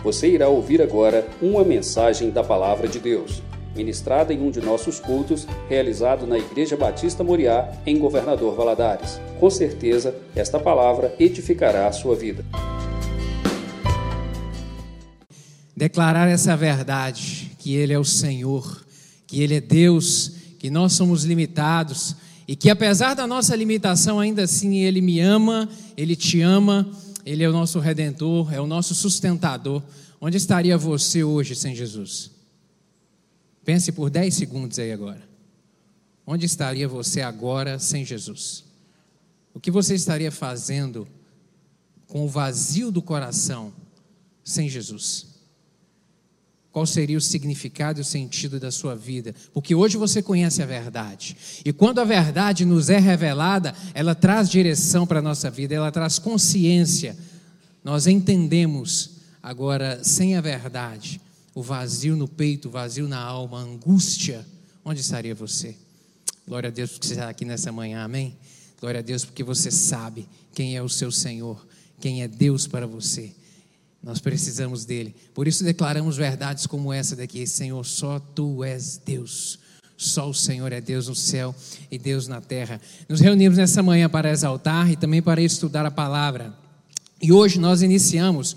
Você irá ouvir agora uma mensagem da Palavra de Deus, ministrada em um de nossos cultos, realizado na Igreja Batista Moriá, em Governador Valadares. Com certeza, esta palavra edificará a sua vida. Declarar essa verdade, que Ele é o Senhor, que Ele é Deus, que nós somos limitados e que apesar da nossa limitação, ainda assim Ele me ama, Ele te ama, Ele é o nosso Redentor, é o nosso sustentador. Onde estaria você hoje sem Jesus? Pense por 10 segundos aí agora. Onde estaria você agora sem Jesus? O que você estaria fazendo com o vazio do coração sem Jesus? Qual seria o significado e o sentido da sua vida? Porque hoje você conhece a verdade. E quando a verdade nos é revelada, ela traz direção para a nossa vida, ela traz consciência. Nós entendemos. Agora, sem a verdade, o vazio no peito, o vazio na alma, a angústia, onde estaria você? Glória a Deus porque você está aqui nessa manhã, amém? Glória a Deus porque você sabe quem é o seu Senhor, quem é Deus para você. Nós precisamos dele. Por isso declaramos verdades como essa daqui: Senhor, só Tu és Deus. Só o Senhor é Deus no céu e Deus na terra. Nos reunimos nessa manhã para exaltar e também para estudar a palavra. E hoje nós iniciamos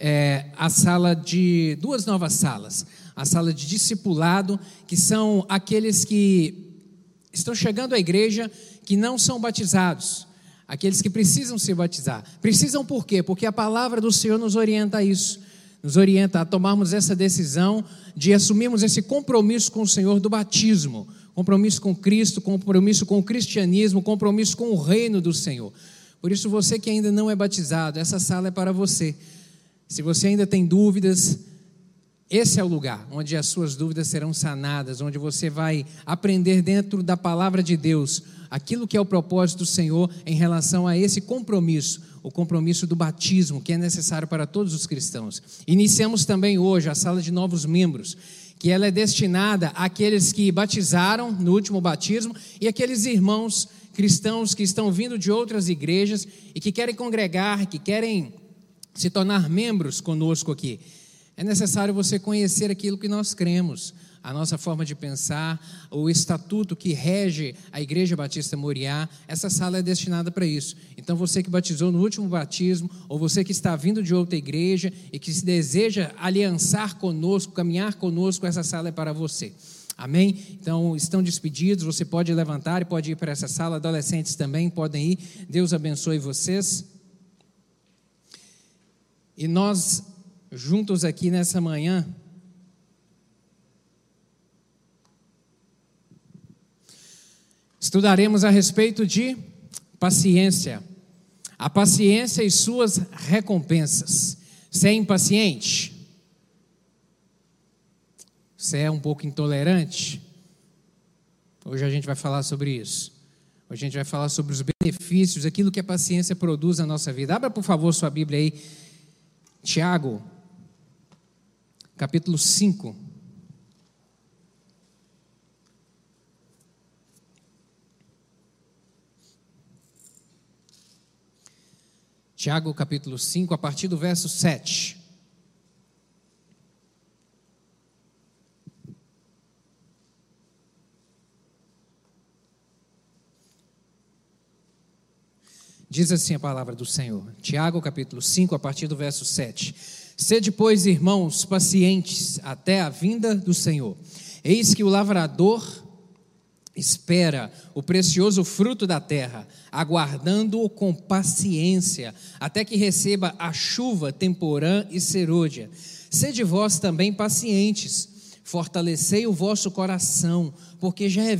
a sala de duas novas salas. A sala de discipulado, que são aqueles que estão chegando à igreja que não são batizados. Aqueles que precisam se batizar. Precisam por quê? Porque a palavra do Senhor nos orienta a isso. Nos orienta a tomarmos essa decisão de assumirmos esse compromisso com o Senhor do batismo. Compromisso com Cristo, compromisso com o cristianismo, compromisso com o reino do Senhor. Por isso, você que ainda não é batizado, essa sala é para você. Se você ainda tem dúvidas, esse é o lugar onde as suas dúvidas serão sanadas, onde você vai aprender dentro da palavra de Deus aquilo que é o propósito do Senhor em relação a esse compromisso, o compromisso do batismo, que é necessário para todos os cristãos. Iniciamos também hoje a sala de novos membros, que ela é destinada àqueles que batizaram no último batismo e aqueles irmãos cristãos que estão vindo de outras igrejas e que querem congregar, que querem se tornar membros conosco aqui. É necessário você conhecer aquilo que nós cremos, a nossa forma de pensar, o estatuto que rege a Igreja Batista Moriá. Essa sala é destinada para isso. Então você que batizou no último batismo, ou você que está vindo de outra igreja e que se deseja aliançar conosco, caminhar conosco, essa sala é para você. Amém? Então estão despedidos, você pode levantar e pode ir para essa sala. Adolescentes também podem ir. Deus abençoe vocês. E nós juntos aqui nessa manhã estudaremos a respeito de paciência. A paciência e suas recompensas. Você é impaciente? Você é um pouco intolerante? Hoje a gente vai falar sobre isso. Hoje a gente vai falar sobre os benefícios, aquilo que a paciência produz na nossa vida. Abra, por favor, sua Bíblia aí. Tiago, capítulo 5. Tiago, capítulo 5, a partir do verso 7. Diz assim a palavra do Senhor. Tiago, capítulo 5, a partir do verso 7. Sede, pois, irmãos, pacientes até a vinda do Senhor. Eis que o lavrador espera o precioso fruto da terra, aguardando-o com paciência, até que receba a chuva temporã e serôdia. Sede vós também pacientes, fortalecei o vosso coração, porque já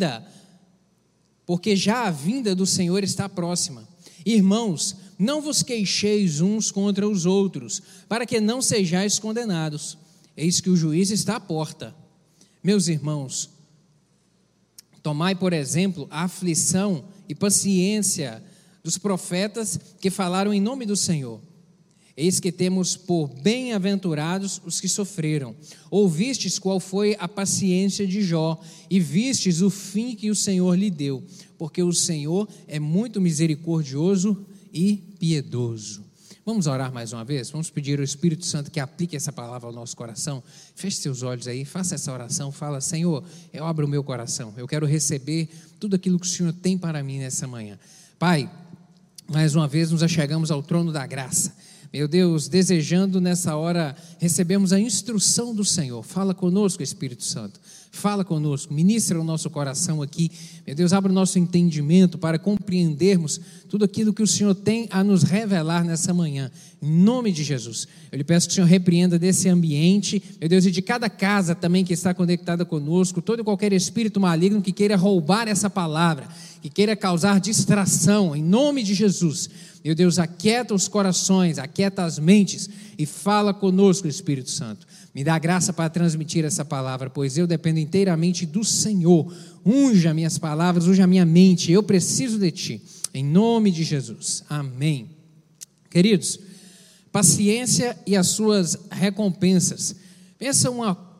a vinda do Senhor está próxima. Irmãos, não vos queixeis uns contra os outros, para que não sejais condenados. Eis que o juiz está à porta. Meus irmãos, tomai, por exemplo, a aflição e paciência dos profetas que falaram em nome do Senhor. Eis que temos por bem-aventurados os que sofreram. Ouvistes qual foi a paciência de Jó, e vistes o fim que o Senhor lhe deu, porque o Senhor é muito misericordioso e piedoso. Vamos orar mais uma vez? Vamos pedir ao Espírito Santo que aplique essa palavra ao nosso coração? Feche seus olhos aí, faça essa oração, fala: Senhor, eu abro o meu coração, eu quero receber tudo aquilo que o Senhor tem para mim nessa manhã. Pai, mais uma vez nos achegamos ao trono da graça. Meu Deus, desejando nessa hora recebermos a instrução do Senhor. Fala conosco, Espírito Santo. Fala conosco, ministra o nosso coração aqui. Meu Deus, abre o nosso entendimento para compreendermos tudo aquilo que o Senhor tem a nos revelar nessa manhã. Em nome de Jesus, eu lhe peço que o Senhor repreenda desse ambiente, meu Deus, e de cada casa também que está conectada conosco, todo e qualquer espírito maligno que queira roubar essa palavra, que queira causar distração, em nome de Jesus. Meu Deus, aquieta os corações, aquieta as mentes e fala conosco, Espírito Santo. Me dá graça para transmitir essa palavra, pois eu dependo inteiramente do Senhor. Unja minhas palavras, unja a minha mente, eu preciso de Ti, em nome de Jesus. Amém. Queridos, paciência e as suas recompensas. Pensa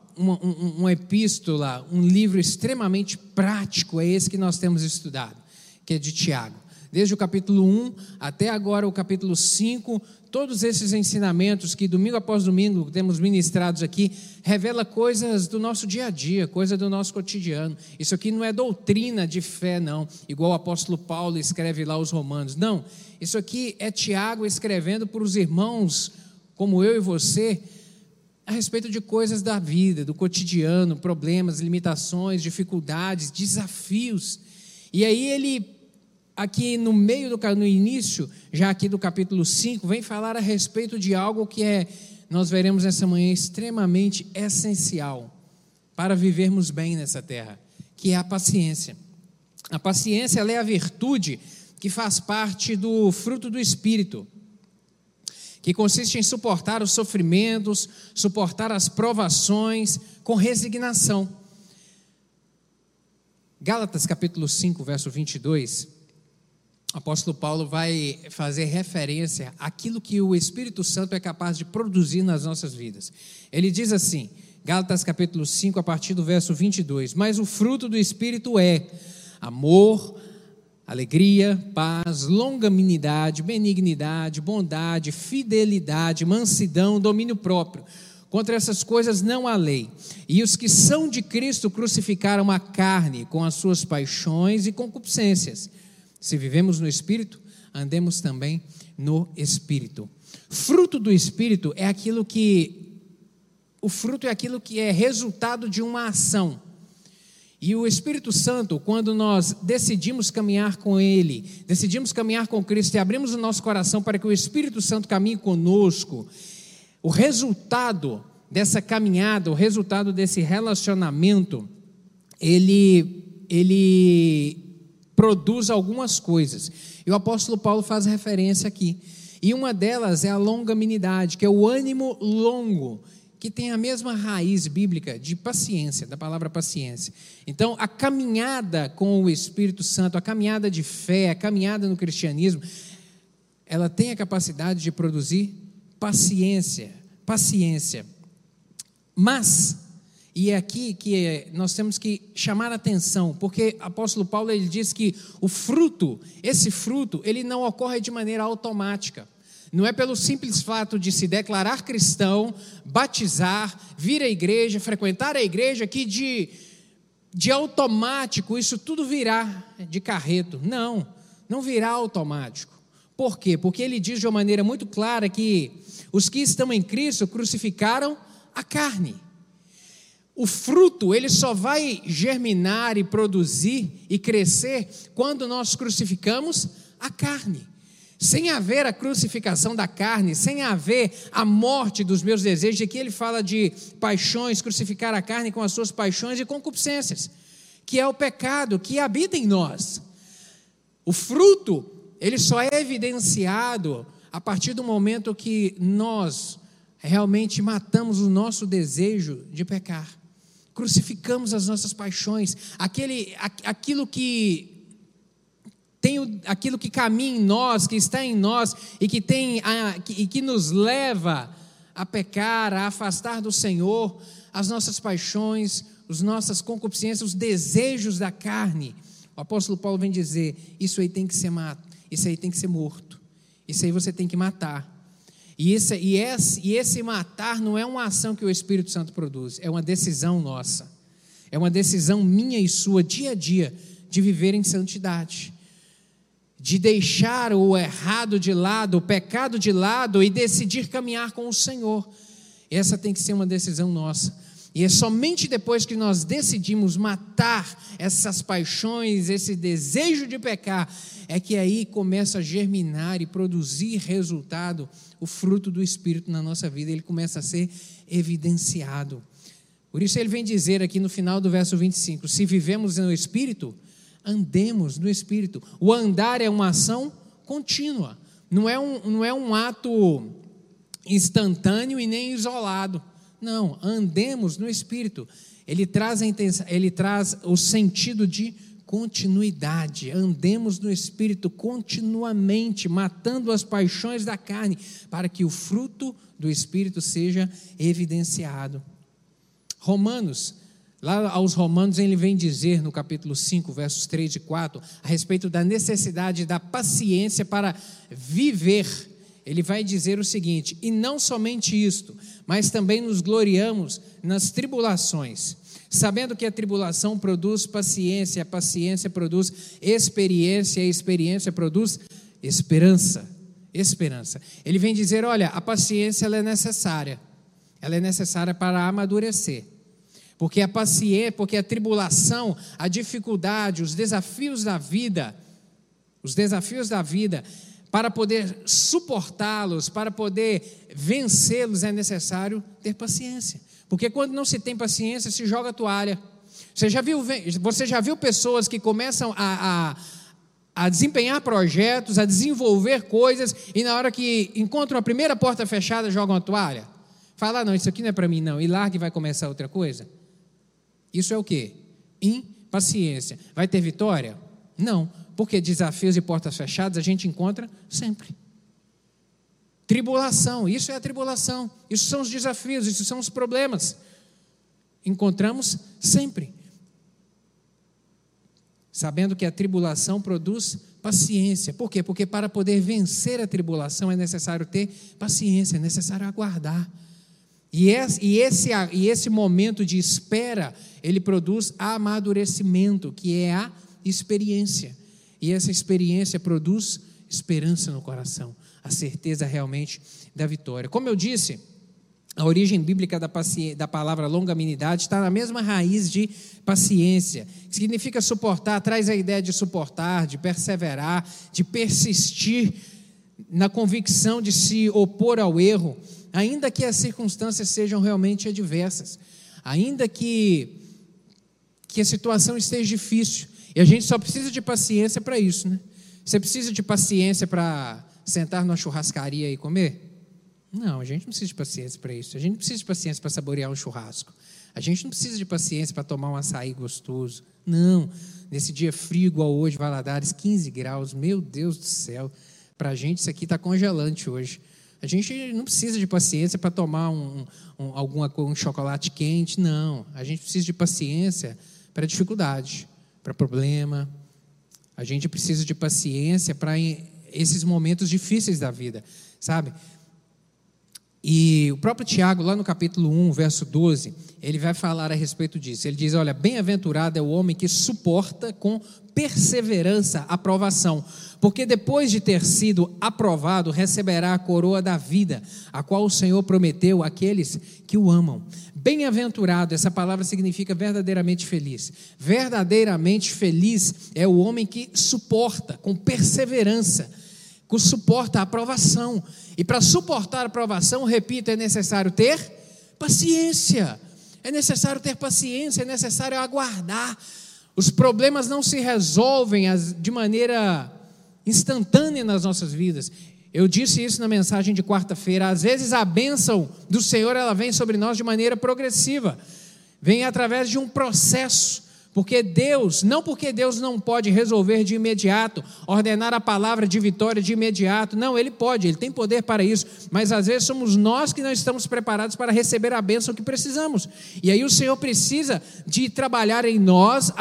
uma epístola, um livro extremamente prático, é esse que nós temos estudado, que é de Tiago. Desde o capítulo 1 até agora o capítulo 5, todos esses ensinamentos que domingo após domingo temos ministrados aqui, revela coisas do nosso dia a dia, coisa do nosso cotidiano. Isso aqui não é doutrina de fé não, igual o apóstolo Paulo escreve lá aos Romanos, não. Isso aqui é Tiago escrevendo para os irmãos como eu e você, a respeito de coisas da vida, do cotidiano, problemas, limitações, dificuldades, desafios. E aí ele, aqui no início, já aqui do capítulo 5, vem falar a respeito de algo que nós veremos nessa manhã, extremamente essencial para vivermos bem nessa terra, que é a paciência. A paciência, ela é a virtude que faz parte do fruto do Espírito, que consiste em suportar os sofrimentos, suportar as provações com resignação. Gálatas capítulo 5, verso 22, o apóstolo Paulo vai fazer referência àquilo que o Espírito Santo é capaz de produzir nas nossas vidas. Ele diz assim, Gálatas capítulo 5, a partir do verso 22, mas o fruto do Espírito é amor, alegria, paz, longanimidade, benignidade, bondade, fidelidade, mansidão, domínio próprio. Contra essas coisas não há lei. E os que são de Cristo crucificaram a carne com as suas paixões e concupiscências. Se vivemos no Espírito, andemos também no Espírito. Fruto do Espírito é aquilo que... O fruto é aquilo que é resultado de uma ação. E o Espírito Santo, quando nós decidimos caminhar com Ele, decidimos caminhar com Cristo e abrimos o nosso coração para que o Espírito Santo caminhe conosco, o resultado dessa caminhada, o resultado desse relacionamento, ele produz algumas coisas. E o apóstolo Paulo faz referência aqui. E uma delas é a longanimidade, que é o ânimo longo, que tem a mesma raiz bíblica de paciência, da palavra paciência. Então, a caminhada com o Espírito Santo, a caminhada de fé, a caminhada no cristianismo, ela tem a capacidade de produzir paciência. Mas, e é aqui que nós temos que chamar a atenção, porque o apóstolo Paulo ele diz que esse fruto, ele não ocorre de maneira automática. Não é pelo simples fato de se declarar cristão, batizar, vir à igreja, frequentar a igreja, que de automático isso tudo virá de carreto. Não virá automático. Por quê? Porque ele diz de uma maneira muito clara que os que estão em Cristo crucificaram a carne. O fruto, ele só vai germinar e produzir e crescer quando nós crucificamos a carne. Sem haver a crucificação da carne, sem haver a morte dos meus desejos, aqui ele fala de paixões, crucificar a carne com as suas paixões e concupiscências, que é o pecado que habita em nós. O fruto, ele só é evidenciado a partir do momento que nós realmente matamos o nosso desejo de pecar, crucificamos as nossas paixões, aquilo que caminha em nós, que está em nós e que nos leva a pecar, a afastar do Senhor, as nossas paixões, as nossas concupiscências, os desejos da carne. O apóstolo Paulo vem dizer, isso aí tem que ser morto, isso aí você tem que matar. E esse matar não é uma ação que o Espírito Santo produz, é uma decisão nossa. É uma decisão minha e sua, dia a dia, de viver em santidade. De deixar o errado de lado, o pecado de lado e decidir caminhar com o Senhor. Essa tem que ser uma decisão nossa. E é somente depois que nós decidimos matar essas paixões, esse desejo de pecar, é que aí começa a germinar e produzir resultado, o fruto do Espírito na nossa vida, ele começa a ser evidenciado. Por isso ele vem dizer aqui no final do verso 25, se vivemos no Espírito, andemos no Espírito. O andar é uma ação contínua, não é um ato instantâneo e nem isolado. Não, andemos no Espírito. Ele traz o sentido de continuidade. Andemos no Espírito continuamente, matando as paixões da carne, para que o fruto do Espírito seja evidenciado. Romanos, lá aos Romanos, ele vem dizer no capítulo 5, versos 3 e 4, a respeito da necessidade da paciência para viver. Ele vai dizer o seguinte: e não somente isto, mas também nos gloriamos nas tribulações, sabendo que a tribulação produz paciência, a paciência produz experiência, a experiência produz esperança. Ele vem dizer, olha, a paciência ela é necessária para amadurecer, porque a tribulação, a dificuldade, os desafios da vida, para poder suportá-los, para poder vencê-los, é necessário ter paciência. Porque quando não se tem paciência, se joga a toalha. Você já viu pessoas que começam a desempenhar projetos, a desenvolver coisas, e na hora que encontram a primeira porta fechada, jogam a toalha? Fala, não, isso aqui não é para mim não, e larga e vai começar outra coisa? Isso é o quê? Impaciência. Vai ter vitória? Não. Porque desafios e portas fechadas a gente encontra sempre. Tribulação, isso é a tribulação, isso são os desafios, isso são os problemas. Encontramos sempre. Sabendo que a tribulação produz paciência. Por quê? Porque para poder vencer a tribulação é necessário ter paciência, é necessário aguardar. E esse momento de espera, ele produz amadurecimento, que é a experiência. E essa experiência produz esperança no coração, a certeza realmente da vitória. Como eu disse, a origem bíblica da palavra longanimidade está na mesma raiz de paciência, que significa suportar, traz a ideia de suportar, de perseverar, de persistir na convicção de se opor ao erro, ainda que as circunstâncias sejam realmente adversas, ainda que a situação esteja difícil. E a gente só precisa de paciência para isso, né? Você precisa de paciência para sentar numa churrascaria e comer? Não, a gente não precisa de paciência para isso. A gente não precisa de paciência para saborear um churrasco. A gente não precisa de paciência para tomar um açaí gostoso. Não, nesse dia frio igual hoje, Valadares, 15 graus, meu Deus do céu. Para a gente isso aqui está congelante hoje. A gente não precisa de paciência para tomar um chocolate quente, não. A gente precisa de paciência para dificuldade, para problema. A gente precisa de paciência para esses momentos difíceis da vida, sabe? E o próprio Tiago, lá no capítulo 1, verso 12, ele vai falar a respeito disso. Ele diz, olha, bem-aventurado é o homem que suporta com perseverança a provação, porque depois de ter sido aprovado, receberá a coroa da vida, a qual o Senhor prometeu àqueles que o amam. Bem-aventurado, essa palavra significa verdadeiramente feliz. Verdadeiramente feliz é o homem que suporta com perseverança, que suporta a aprovação. E para suportar a aprovação, repito, é necessário ter paciência. É necessário ter paciência, é necessário aguardar. Os problemas não se resolvem de maneira instantânea nas nossas vidas. Eu disse isso na mensagem de quarta-feira. Às vezes a bênção do Senhor, ela vem sobre nós de maneira progressiva. Vem através de um processo. Porque Deus não pode resolver de imediato, ordenar a palavra de vitória de imediato. Não, Ele pode, Ele tem poder para isso. Mas às vezes somos nós que não estamos preparados para receber a bênção que precisamos. E aí o Senhor precisa de trabalhar em nós,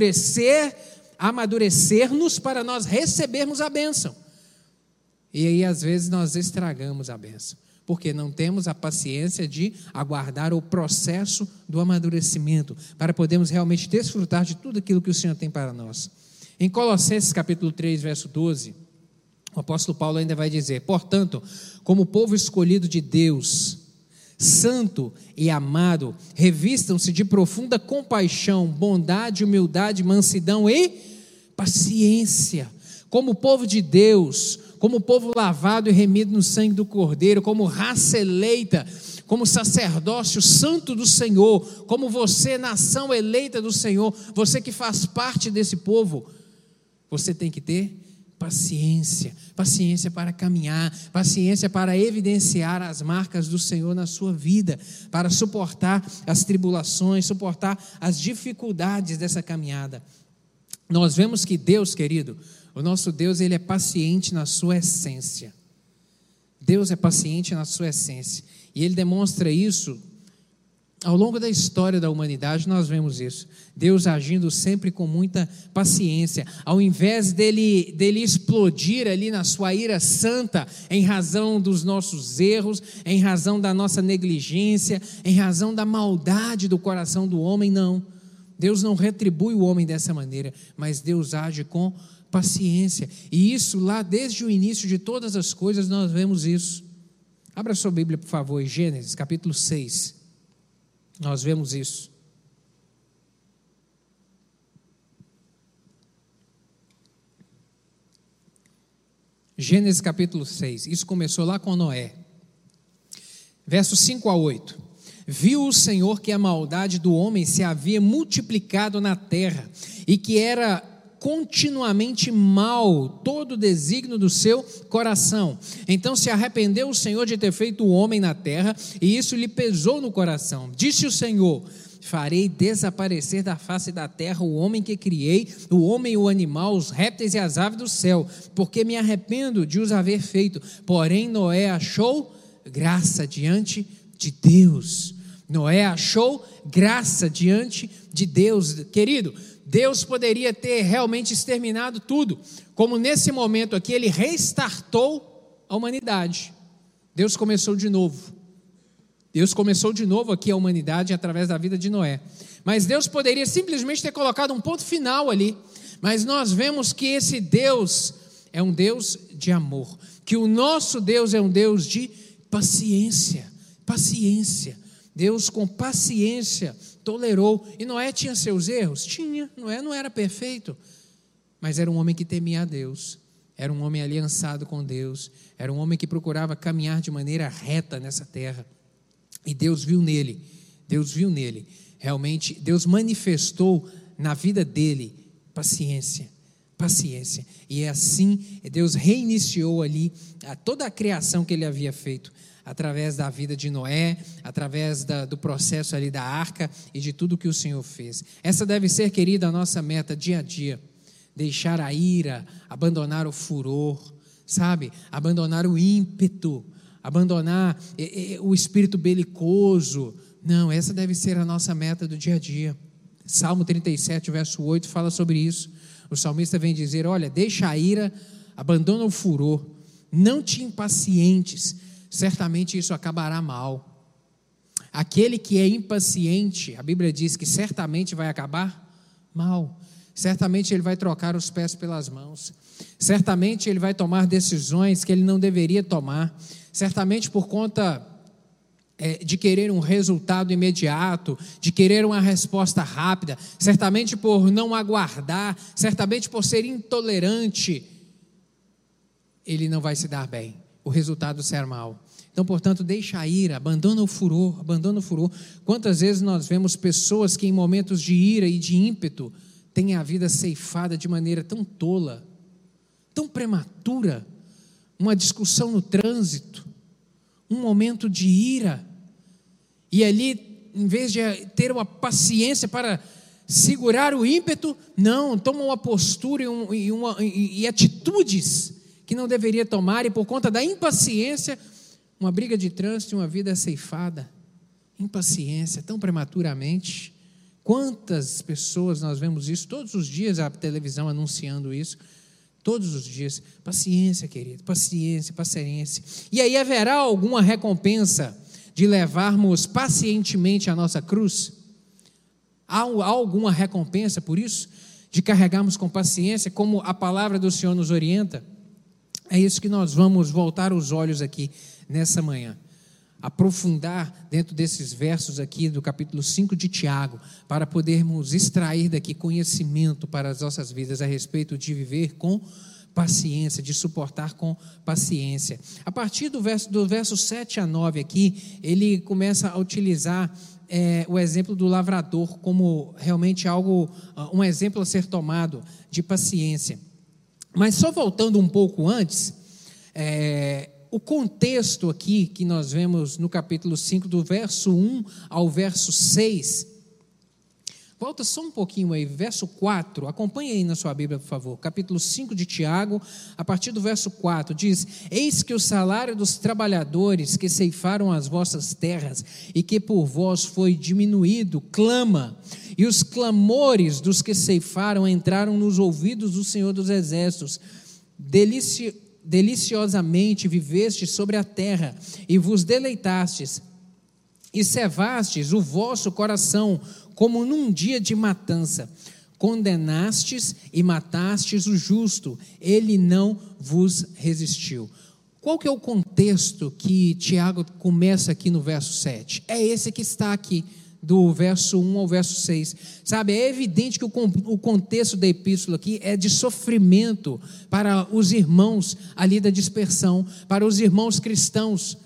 amadurecer-nos para nós recebermos a bênção. E aí às vezes nós estragamos a bênção. porque não temos a paciência de aguardar o processo do amadurecimento, para podermos realmente desfrutar de tudo aquilo que o Senhor tem para nós. Em Colossenses capítulo 3, verso 12, o apóstolo Paulo ainda vai dizer: portanto, como povo escolhido de Deus, santo e amado, revistam-se de profunda compaixão, bondade, humildade, mansidão e paciência. Como povo de Deus, como povo lavado e remido no sangue do Cordeiro, como raça eleita, como sacerdócio santo do Senhor, como você, nação eleita do Senhor, você que faz parte desse povo, você tem que ter paciência, paciência para caminhar, paciência para evidenciar as marcas do Senhor na sua vida, para suportar as tribulações, suportar as dificuldades dessa caminhada. Nós vemos que Deus, querido, o nosso Deus, Ele é paciente na sua essência. Deus é paciente na sua essência, e Ele demonstra isso ao longo da história da humanidade. Nós vemos isso, Deus agindo sempre com muita paciência, ao invés dele explodir ali na sua ira santa, em razão dos nossos erros, em razão da nossa negligência, em razão da maldade do coração do homem. Não, Deus não retribui o homem dessa maneira, mas Deus age com paciência, e isso lá desde o início de todas as coisas nós vemos isso. Abra sua Bíblia, por favor, em Gênesis capítulo 6, nós vemos isso. Gênesis capítulo 6, isso começou lá com Noé, versos 5 a 8. Viu o Senhor que a maldade do homem se havia multiplicado na terra, e que era continuamente mal todo o desígnio do seu coração. Então se arrependeu o Senhor de ter feito o homem na terra, e isso lhe pesou no coração. Disse o Senhor: farei desaparecer da face da terra o homem que criei, o homem e o animal, os répteis e as aves do céu, porque me arrependo de os haver feito. Porém Noé achou graça diante de Deus. Noé achou graça diante de Deus. Querido, Deus poderia ter realmente exterminado tudo, como nesse momento aqui Ele restartou a humanidade. Deus começou de novo. Deus começou de novo aqui a humanidade através da vida de Noé. Mas Deus poderia simplesmente ter colocado um ponto final ali. Mas nós vemos que esse Deus é um Deus de amor, que o nosso Deus é um Deus de paciência. Paciência. Deus com paciência tolerou. E Noé tinha seus erros? Tinha. Noé não era perfeito, mas era um homem que temia a Deus, era um homem aliançado com Deus, era um homem que procurava caminhar de maneira reta nessa terra. E Deus viu nele, realmente Deus manifestou na vida dele paciência. E é assim Deus reiniciou ali toda a criação que Ele havia feito, através da vida de Noé, através do processo ali da arca e de tudo que o Senhor fez. Essa deve ser, querida, a nossa meta dia a dia: deixar a ira, abandonar o furor, sabe? Abandonar o ímpeto, abandonar o espírito belicoso. Não, essa deve ser a nossa meta do dia a dia. Salmo 37, verso 8 fala sobre isso. O salmista vem dizer: olha, deixa a ira, abandona o furor, não te impacientes, certamente isso acabará mal. Aquele que é impaciente, a Bíblia diz que certamente vai acabar mal. Certamente ele vai trocar os pés pelas mãos. Certamente ele vai tomar decisões que ele não deveria tomar. Certamente por conta de querer um resultado imediato, de querer uma resposta rápida, certamente por não aguardar, certamente por ser intolerante, ele não vai se dar bem. O resultado será mal. Então, portanto, deixa a ira, abandona o furor. Quantas vezes nós vemos pessoas que em momentos de ira e de ímpeto têm a vida ceifada de maneira tão tola, tão prematura, uma discussão no trânsito, um momento de ira, e ali, em vez de ter uma paciência para segurar o ímpeto, não, toma uma postura e atitudes que não deveria tomar, e por conta da impaciência, uma briga de trânsito e uma vida ceifada. Impaciência, tão prematuramente. Quantas pessoas nós vemos isso todos os dias, a televisão anunciando isso, todos os dias. Paciência, querido, paciência, paciência. E aí haverá alguma recompensa de levarmos pacientemente a nossa cruz? Há alguma recompensa por isso? De carregarmos com paciência, como a palavra do Senhor nos orienta? É isso que nós vamos voltar os olhos aqui nessa manhã. Aprofundar dentro desses versos aqui do capítulo 5 de Tiago, para podermos extrair daqui conhecimento para as nossas vidas a respeito de viver com paciência, de suportar com paciência. A partir do verso 7 a 9 aqui, ele começa a utilizar o exemplo do lavrador como realmente um exemplo a ser tomado de paciência. Mas só voltando um pouco antes, o contexto aqui que nós vemos no capítulo 5, do verso 1 ao verso 6, volta só um pouquinho aí, verso 4, acompanhe aí na sua Bíblia, por favor, capítulo 5 de Tiago, a partir do verso 4, diz: eis que o salário dos trabalhadores que ceifaram as vossas terras e que por vós foi diminuído, clama, e os clamores dos que ceifaram entraram nos ouvidos do Senhor dos Exércitos. Deliciosamente vivestes sobre a terra e vos deleitastes e cevastes o vosso coração como num dia de matança. Condenastes e matastes o justo, ele não vos resistiu. Qual que é o contexto que Tiago começa aqui no verso 7? É esse que está aqui, do verso 1 ao verso 6, sabe, é evidente que o contexto da epístola aqui é de sofrimento para os irmãos ali da dispersão, para os irmãos cristãos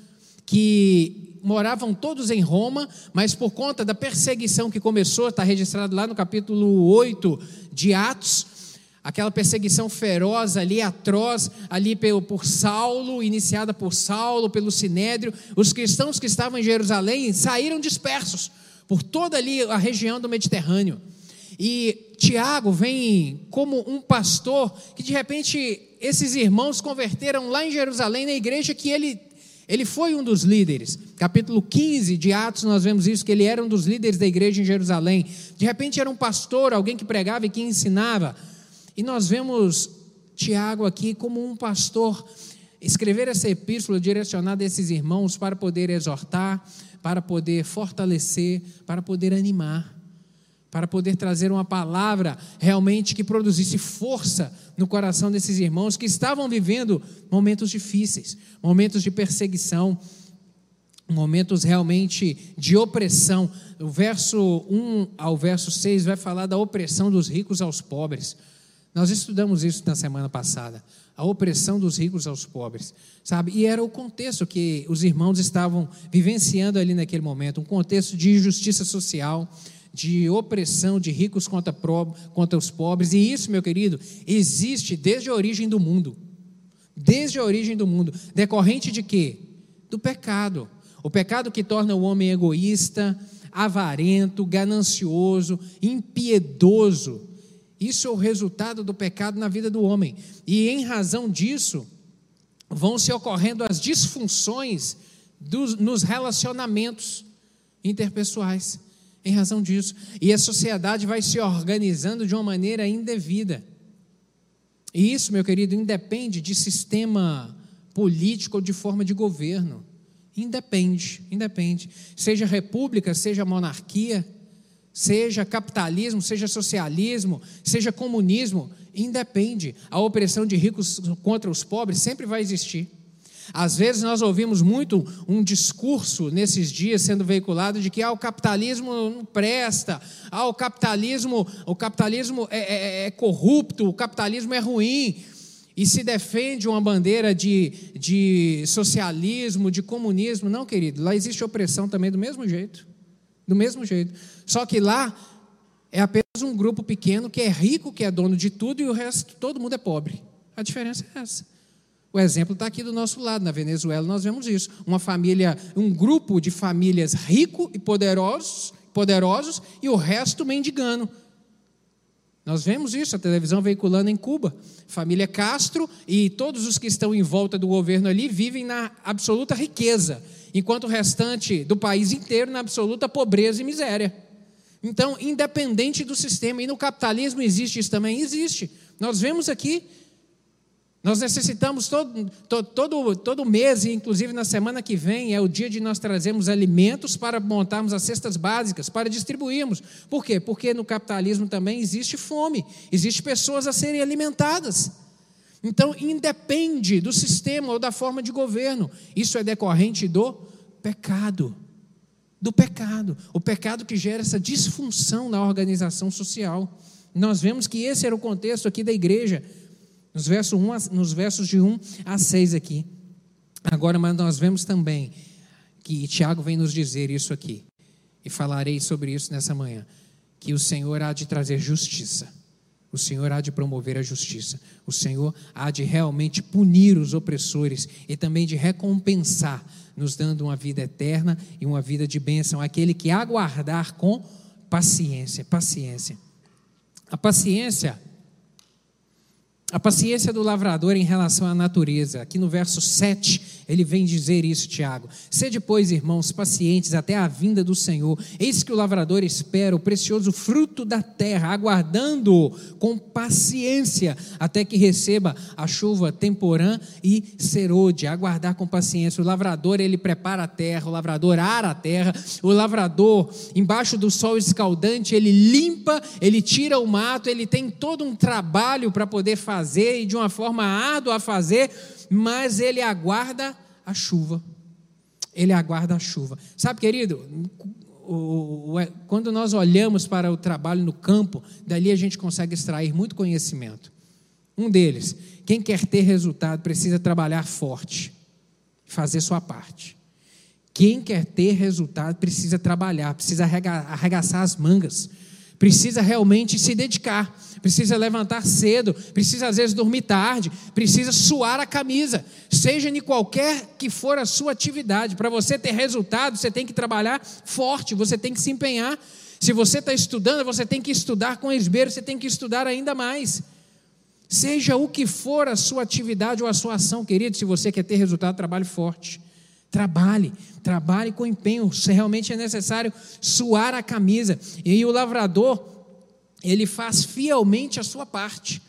que moravam todos em Roma, mas por conta da perseguição que começou, está registrado lá no capítulo 8 de Atos, aquela perseguição feroz ali, atroz, ali por Saulo, iniciada por Saulo, pelo Sinédrio. Os cristãos que estavam em Jerusalém saíram dispersos por toda ali a região do Mediterrâneo. E Tiago vem como um pastor que de repente esses irmãos converteram lá em Jerusalém, na igreja que ele foi um dos líderes. Capítulo 15 de Atos nós vemos isso, que ele era um dos líderes da igreja em Jerusalém. De repente era um pastor, alguém que pregava e que ensinava. E nós vemos Tiago aqui como um pastor escrever essa epístola direcionada a esses irmãos para poder exortar, para poder fortalecer, para poder animar, para poder trazer uma palavra realmente que produzisse força no coração desses irmãos que estavam vivendo momentos difíceis, momentos de perseguição, momentos realmente de opressão. O verso 1 ao verso 6 vai falar da opressão dos ricos aos pobres. Nós estudamos isso na semana passada, a opressão dos ricos aos pobres, sabe? E era o contexto que os irmãos estavam vivenciando ali naquele momento, um contexto de injustiça social, de opressão de ricos contra os pobres. E isso, meu querido, existe desde a origem do mundo. Desde a origem do mundo. Decorrente de quê? Do pecado. O pecado que torna o homem egoísta, avarento, ganancioso, impiedoso. Isso é o resultado do pecado na vida do homem. E em razão disso, vão se ocorrendo as disfunções nos relacionamentos interpessoais. Em razão disso. E a sociedade vai se organizando de uma maneira indevida. E isso, meu querido, independe de sistema político ou de forma de governo. Independe. Seja república, seja monarquia, seja capitalismo, seja socialismo, seja comunismo, independe. A opressão de ricos contra os pobres sempre vai existir. Às vezes nós ouvimos muito um discurso nesses dias sendo veiculado de que o capitalismo não presta, o capitalismo é corrupto, o capitalismo é ruim, e se defende uma bandeira de socialismo, de comunismo. Não, querido, lá existe opressão também do mesmo jeito, só que lá é apenas um grupo pequeno que é rico, que é dono de tudo, e o resto, todo mundo é pobre. A diferença é essa. O exemplo está aqui do nosso lado, na Venezuela nós vemos isso, um grupo de famílias ricos e poderosos, e o resto mendigando. Nós vemos isso, a televisão veiculando em Cuba, família Castro, e todos os que estão em volta do governo ali vivem na absoluta riqueza, enquanto o restante do país inteiro na absoluta pobreza e miséria. Então, independente do sistema, e no capitalismo existe isso também? Existe. Nós vemos aqui Nós necessitamos todo mês, e inclusive na semana que vem, é o dia de nós trazermos alimentos para montarmos as cestas básicas, para distribuirmos. Por quê? Porque no capitalismo também existe fome, existe pessoas a serem alimentadas. Então, independe do sistema ou da forma de governo. Isso é decorrente do pecado. Do pecado. O pecado que gera essa disfunção na organização social. Nós vemos que esse era o contexto aqui da igreja. Nos versos de 1 a 6 aqui. Agora, mas nós vemos também que Tiago vem nos dizer isso aqui, e falarei sobre isso nessa manhã, que o Senhor há de trazer justiça, o Senhor há de promover a justiça, o Senhor há de realmente punir os opressores e também de recompensar, nos dando uma vida eterna e uma vida de bênção, aquele que aguardar com paciência. A paciência do lavrador em relação à natureza. Aqui no verso 7, ele vem dizer isso, Tiago. Sede, pois, irmãos, pacientes até a vinda do Senhor. Eis que o lavrador espera o precioso fruto da terra, aguardando-o com paciência, até que receba a chuva temporã e serôdia. Aguardar com paciência. O lavrador, ele prepara a terra, o lavrador ara a terra, o lavrador, embaixo do sol escaldante, ele limpa, ele tira o mato, ele tem todo um trabalho para poder fazer, e de uma forma árdua a fazer, mas ele aguarda a chuva. Ele aguarda a chuva. Sabe, querido, quando nós olhamos para o trabalho no campo, dali a gente consegue extrair muito conhecimento. Um deles, quem quer ter resultado precisa trabalhar forte, fazer sua parte. Quem quer ter resultado precisa trabalhar, precisa arregaçar as mangas, precisa realmente se dedicar, precisa levantar cedo, precisa às vezes dormir tarde, precisa suar a camisa, seja em qualquer que for a sua atividade. Para você ter resultado, você tem que trabalhar forte, você tem que se empenhar. Se você está estudando, você tem que estudar com esmero, você tem que estudar ainda mais. Seja o que for a sua atividade ou a sua ação, querido, se você quer ter resultado, trabalhe forte. Trabalhe com empenho, se realmente é necessário suar a camisa. E o lavrador, ele faz fielmente a sua parte,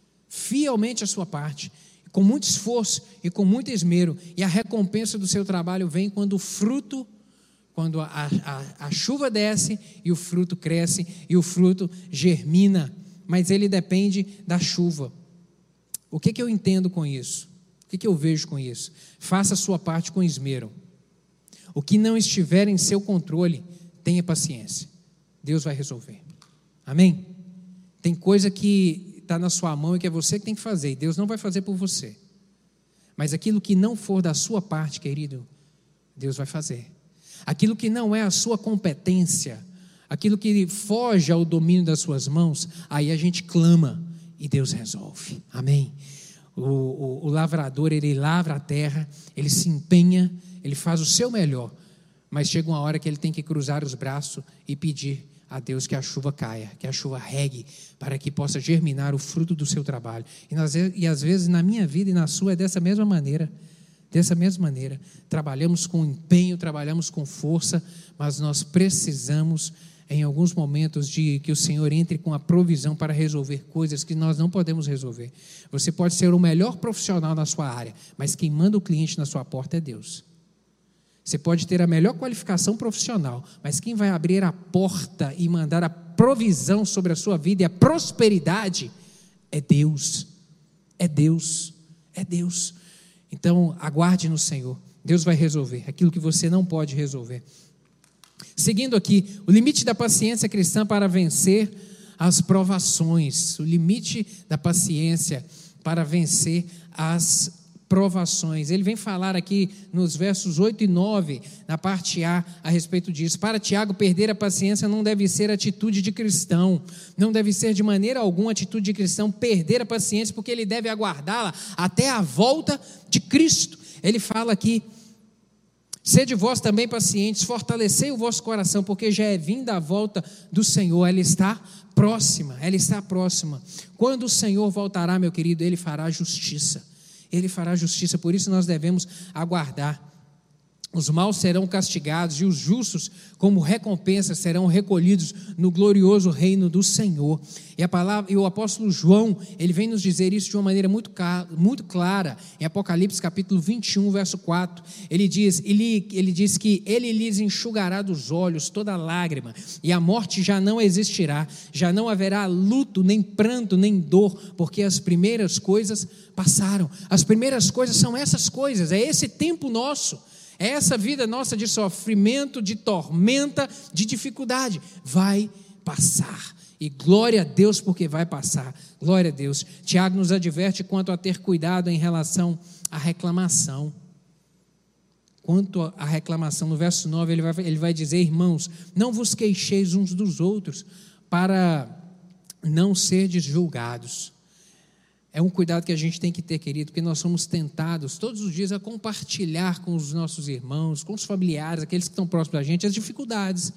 com muito esforço e com muito esmero, e a recompensa do seu trabalho vem quando o fruto, quando a chuva desce e o fruto cresce e o fruto germina, mas ele depende da chuva. O que eu entendo com isso? O que eu vejo com isso? Faça a sua parte com esmero. O que não estiver em seu controle, tenha paciência. Deus vai resolver. Amém? Tem coisa que está na sua mão e que é você que tem que fazer, e Deus não vai fazer por você. Mas aquilo que não for da sua parte, querido, Deus vai fazer. Aquilo que não é a sua competência, aquilo que foge ao domínio das suas mãos, aí a gente clama e Deus resolve. Amém? O lavrador, ele lavra a terra, ele se empenha, ele faz o seu melhor, mas chega uma hora que ele tem que cruzar os braços e pedir a Deus que a chuva caia, que a chuva regue, para que possa germinar o fruto do seu trabalho. E às vezes na minha vida e na sua é dessa mesma maneira. Trabalhamos com empenho, trabalhamos com força, mas nós precisamos, em alguns momentos, de que o Senhor entre com a provisão para resolver coisas que nós não podemos resolver. Você pode ser o melhor profissional na sua área, mas quem manda o cliente na sua porta é Deus. Você pode ter a melhor qualificação profissional, mas quem vai abrir a porta e mandar a provisão sobre a sua vida e a prosperidade é Deus. Então, aguarde no Senhor. Deus vai resolver aquilo que você não pode resolver. Seguindo aqui, o limite da paciência cristã para vencer as provações. O limite da paciência para vencer as provações. Ele vem falar aqui nos versos 8 e 9, na parte A respeito disso. Para Tiago, perder a paciência não deve ser atitude de cristão. Não deve ser de maneira alguma atitude de cristão perder a paciência, porque ele deve aguardá-la até a volta de Cristo. Ele fala aqui: sede vós também pacientes, fortalecei o vosso coração, porque já é vinda a volta do Senhor, ela está próxima. Quando o Senhor voltará, meu querido, Ele fará justiça, por isso nós devemos aguardar. Os maus serão castigados e os justos, como recompensa, serão recolhidos no glorioso reino do Senhor. E o apóstolo João, ele vem nos dizer isso de uma maneira muito clara, em Apocalipse capítulo 21, verso 4. Ele diz que ele lhes enxugará dos olhos toda lágrima, e a morte já não existirá, já não haverá luto, nem pranto, nem dor, porque as primeiras coisas passaram. As primeiras coisas são essas coisas, é esse tempo nosso. É essa vida nossa de sofrimento, de tormenta, de dificuldade. Vai passar. E glória a Deus porque vai passar. Glória a Deus. Tiago nos adverte quanto a ter cuidado em relação à reclamação. Quanto à reclamação, no verso 9 ele vai dizer: irmãos, não vos queixeis uns dos outros, para não serdes julgados. É um cuidado que a gente tem que ter, querido, porque nós somos tentados todos os dias a compartilhar com os nossos irmãos, com os familiares, aqueles que estão próximos da gente, as dificuldades.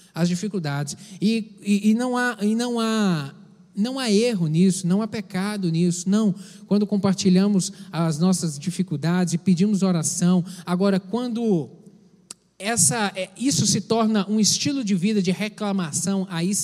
E não há erro nisso, não há pecado nisso, não. Quando compartilhamos as nossas dificuldades e pedimos oração. Agora, quando isso se torna um estilo de vida de reclamação, aí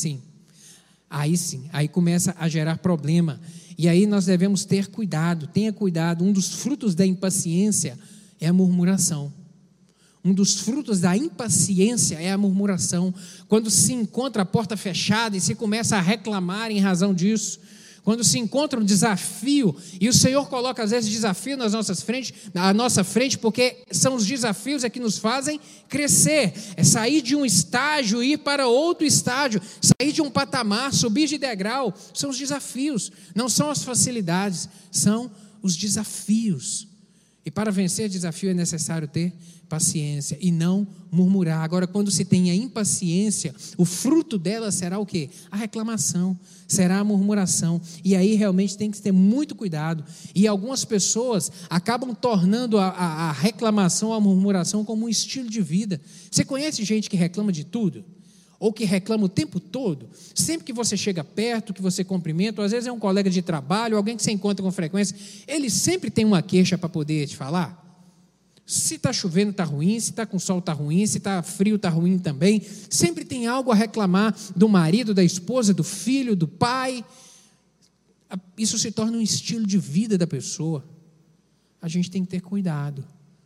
começa a gerar problema. E aí nós devemos ter cuidado, tenha cuidado. Um dos frutos da impaciência é a murmuração. Um dos frutos da impaciência é a murmuração. Quando se encontra a porta fechada e se começa a reclamar em razão disso. Quando se encontra um desafio, e o Senhor coloca às vezes desafio na nossa frente, porque são os desafios que nos fazem crescer, é sair de um estágio e ir para outro estágio, sair de um patamar, subir de degrau. São os desafios, não são as facilidades, são os desafios. E para vencer desafio é necessário ter paciência e não murmurar. Agora, quando se tem a impaciência, o fruto dela será o quê? A reclamação, será a murmuração. E aí realmente tem que ter muito cuidado. E algumas pessoas acabam tornando a reclamação, a murmuração como um estilo de vida. Você conhece gente que reclama de tudo? Ou que reclama o tempo todo? Sempre que você chega perto, que você cumprimenta, ou às vezes é um colega de trabalho, alguém que você encontra com frequência, ele sempre tem uma queixa para poder te falar. Se está chovendo está ruim, se está com sol está ruim, se está frio está ruim também. Sempre tem algo a reclamar do marido, da esposa, do filho, do pai. Isso se torna um estilo de vida da pessoa. A gente tem que ter cuidado,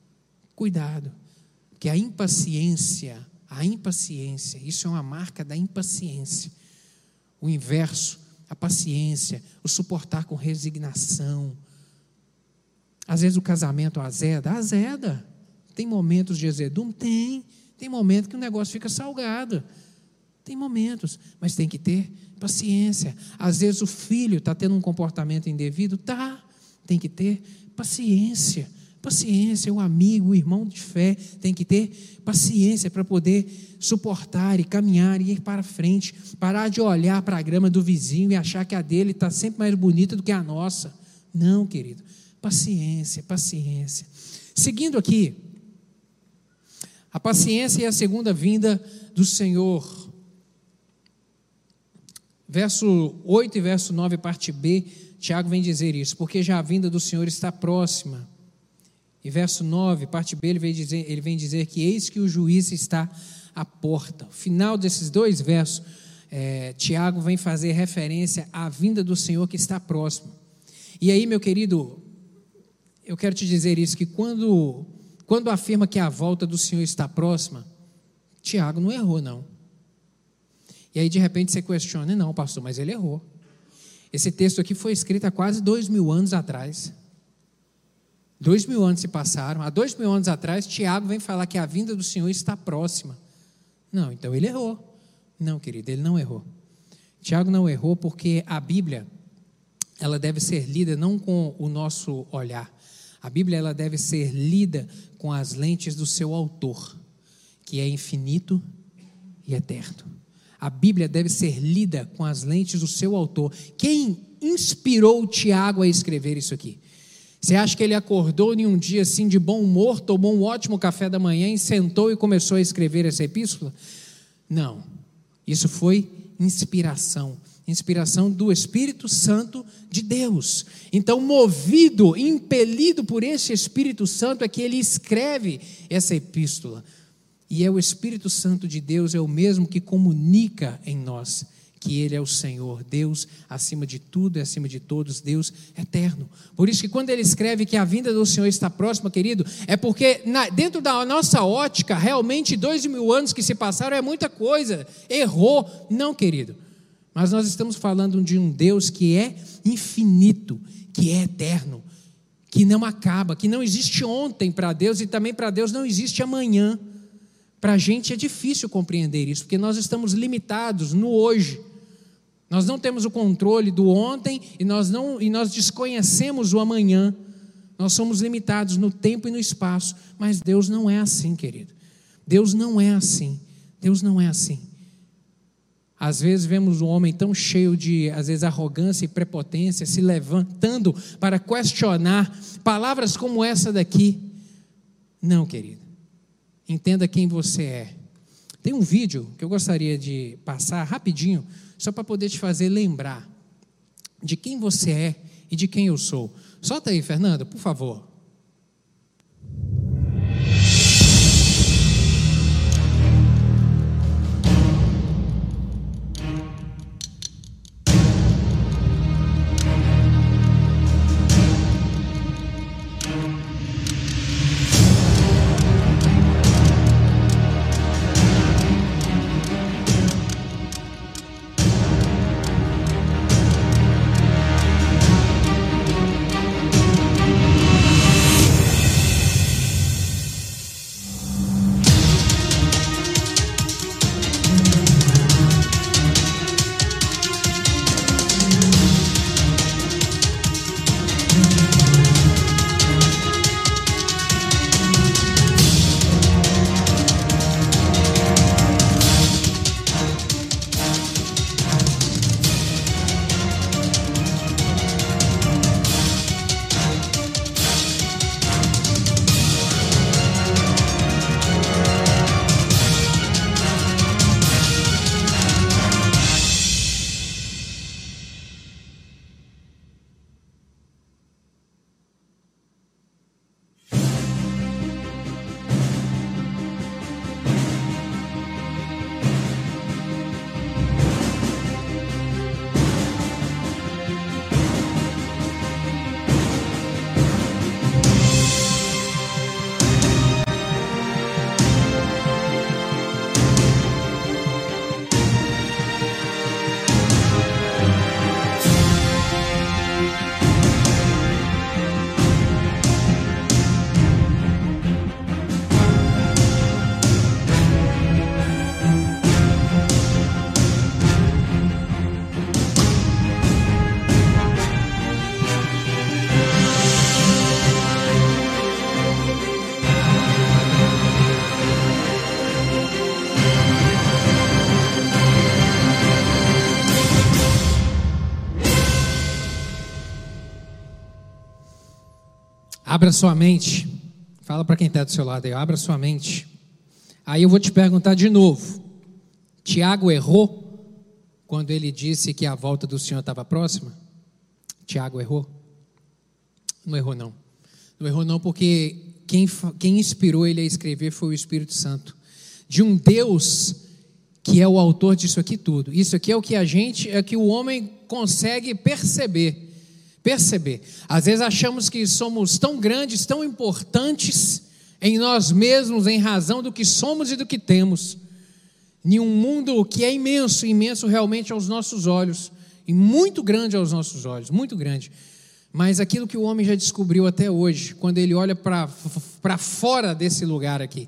porque a impaciência, isso é uma marca da impaciência. O inverso, a paciência, o suportar com resignação. Às vezes o casamento azeda. Tem momentos de azedume? Tem momentos que o negócio fica salgado. Tem momentos, mas tem que ter paciência. Às vezes o filho está tendo um comportamento indevido? Tem que ter paciência. O amigo, o irmão de fé tem que ter paciência para poder suportar e caminhar e ir para frente. Parar de olhar para a grama do vizinho e achar que a dele está sempre mais bonita do que a nossa. Não, querido. Paciência. Seguindo aqui, a paciência é a segunda vinda do Senhor. Verso 8 e verso 9, parte B, Tiago vem dizer isso, porque já a vinda do Senhor está próxima. E verso 9, parte B, ele vem dizer que eis que o juiz está à porta. No final desses dois versos, Tiago vem fazer referência à vinda do Senhor que está próximo. E aí, meu querido, eu quero te dizer isso, que quando afirma que a volta do Senhor está próxima, Tiago não errou, não. E aí, de repente, você questiona: não, pastor, mas ele errou. Esse texto aqui foi escrito há quase 2000 anos atrás. 2000 anos se passaram. Há 2000 anos atrás, Tiago vem falar que a vinda do Senhor está próxima. Não, então ele errou. Não, querido, ele não errou. Tiago não errou porque a Bíblia, ela deve ser lida não com o nosso olhar. A Bíblia, ela deve ser lida com as lentes do seu autor, que é infinito e eterno. A Bíblia deve ser lida com as lentes do seu autor. Quem inspirou Tiago a escrever isso aqui? Você acha que ele acordou em um dia assim de bom humor, tomou um ótimo café da manhã e sentou e começou a escrever essa epístola? Não. Isso foi inspiração. Inspiração do Espírito Santo de Deus. Então, movido, impelido por esse Espírito Santo, é que ele escreve essa epístola. E é o Espírito Santo de Deus, é o mesmo que comunica em nós que Ele é o Senhor, Deus acima de tudo e acima de todos, Deus eterno. Por isso que quando Ele escreve que a vinda do Senhor está próxima, querido, é porque dentro da nossa ótica, realmente 2000 anos que se passaram é muita coisa, errou. Não, querido, mas nós estamos falando de um Deus que é infinito, que é eterno, que não acaba, que não existe ontem para Deus e também para Deus não existe amanhã. Para a gente é difícil compreender isso, porque nós estamos limitados no hoje. Nós não temos o controle do ontem e nós desconhecemos o amanhã. Nós somos limitados no tempo e no espaço, mas Deus não é assim, querido. Deus não é assim. Deus não é assim. Às vezes vemos um homem tão cheio de, às vezes, arrogância e prepotência, se levantando para questionar palavras como essa daqui. Não, querido. Entenda quem você é. Tem um vídeo que eu gostaria de passar rapidinho, só para poder te fazer lembrar de quem você é e de quem eu sou. Solta aí, Fernanda, por favor. Abra sua mente, fala para quem está do seu lado aí, abra sua mente. Aí eu vou te perguntar de novo, Tiago errou quando ele disse que a volta do Senhor estava próxima? Tiago errou? Não errou não. Não errou não, porque quem inspirou ele a escrever foi o Espírito Santo, de um Deus que é o autor disso aqui tudo. Isso aqui é o que o homem consegue perceber. Às vezes achamos que somos tão grandes, tão importantes em nós mesmos, em razão do que somos e do que temos, em um mundo que é imenso, imenso realmente aos nossos olhos, e muito grande aos nossos olhos, muito grande. Mas aquilo que o homem já descobriu até hoje, quando ele olha para fora desse lugar aqui,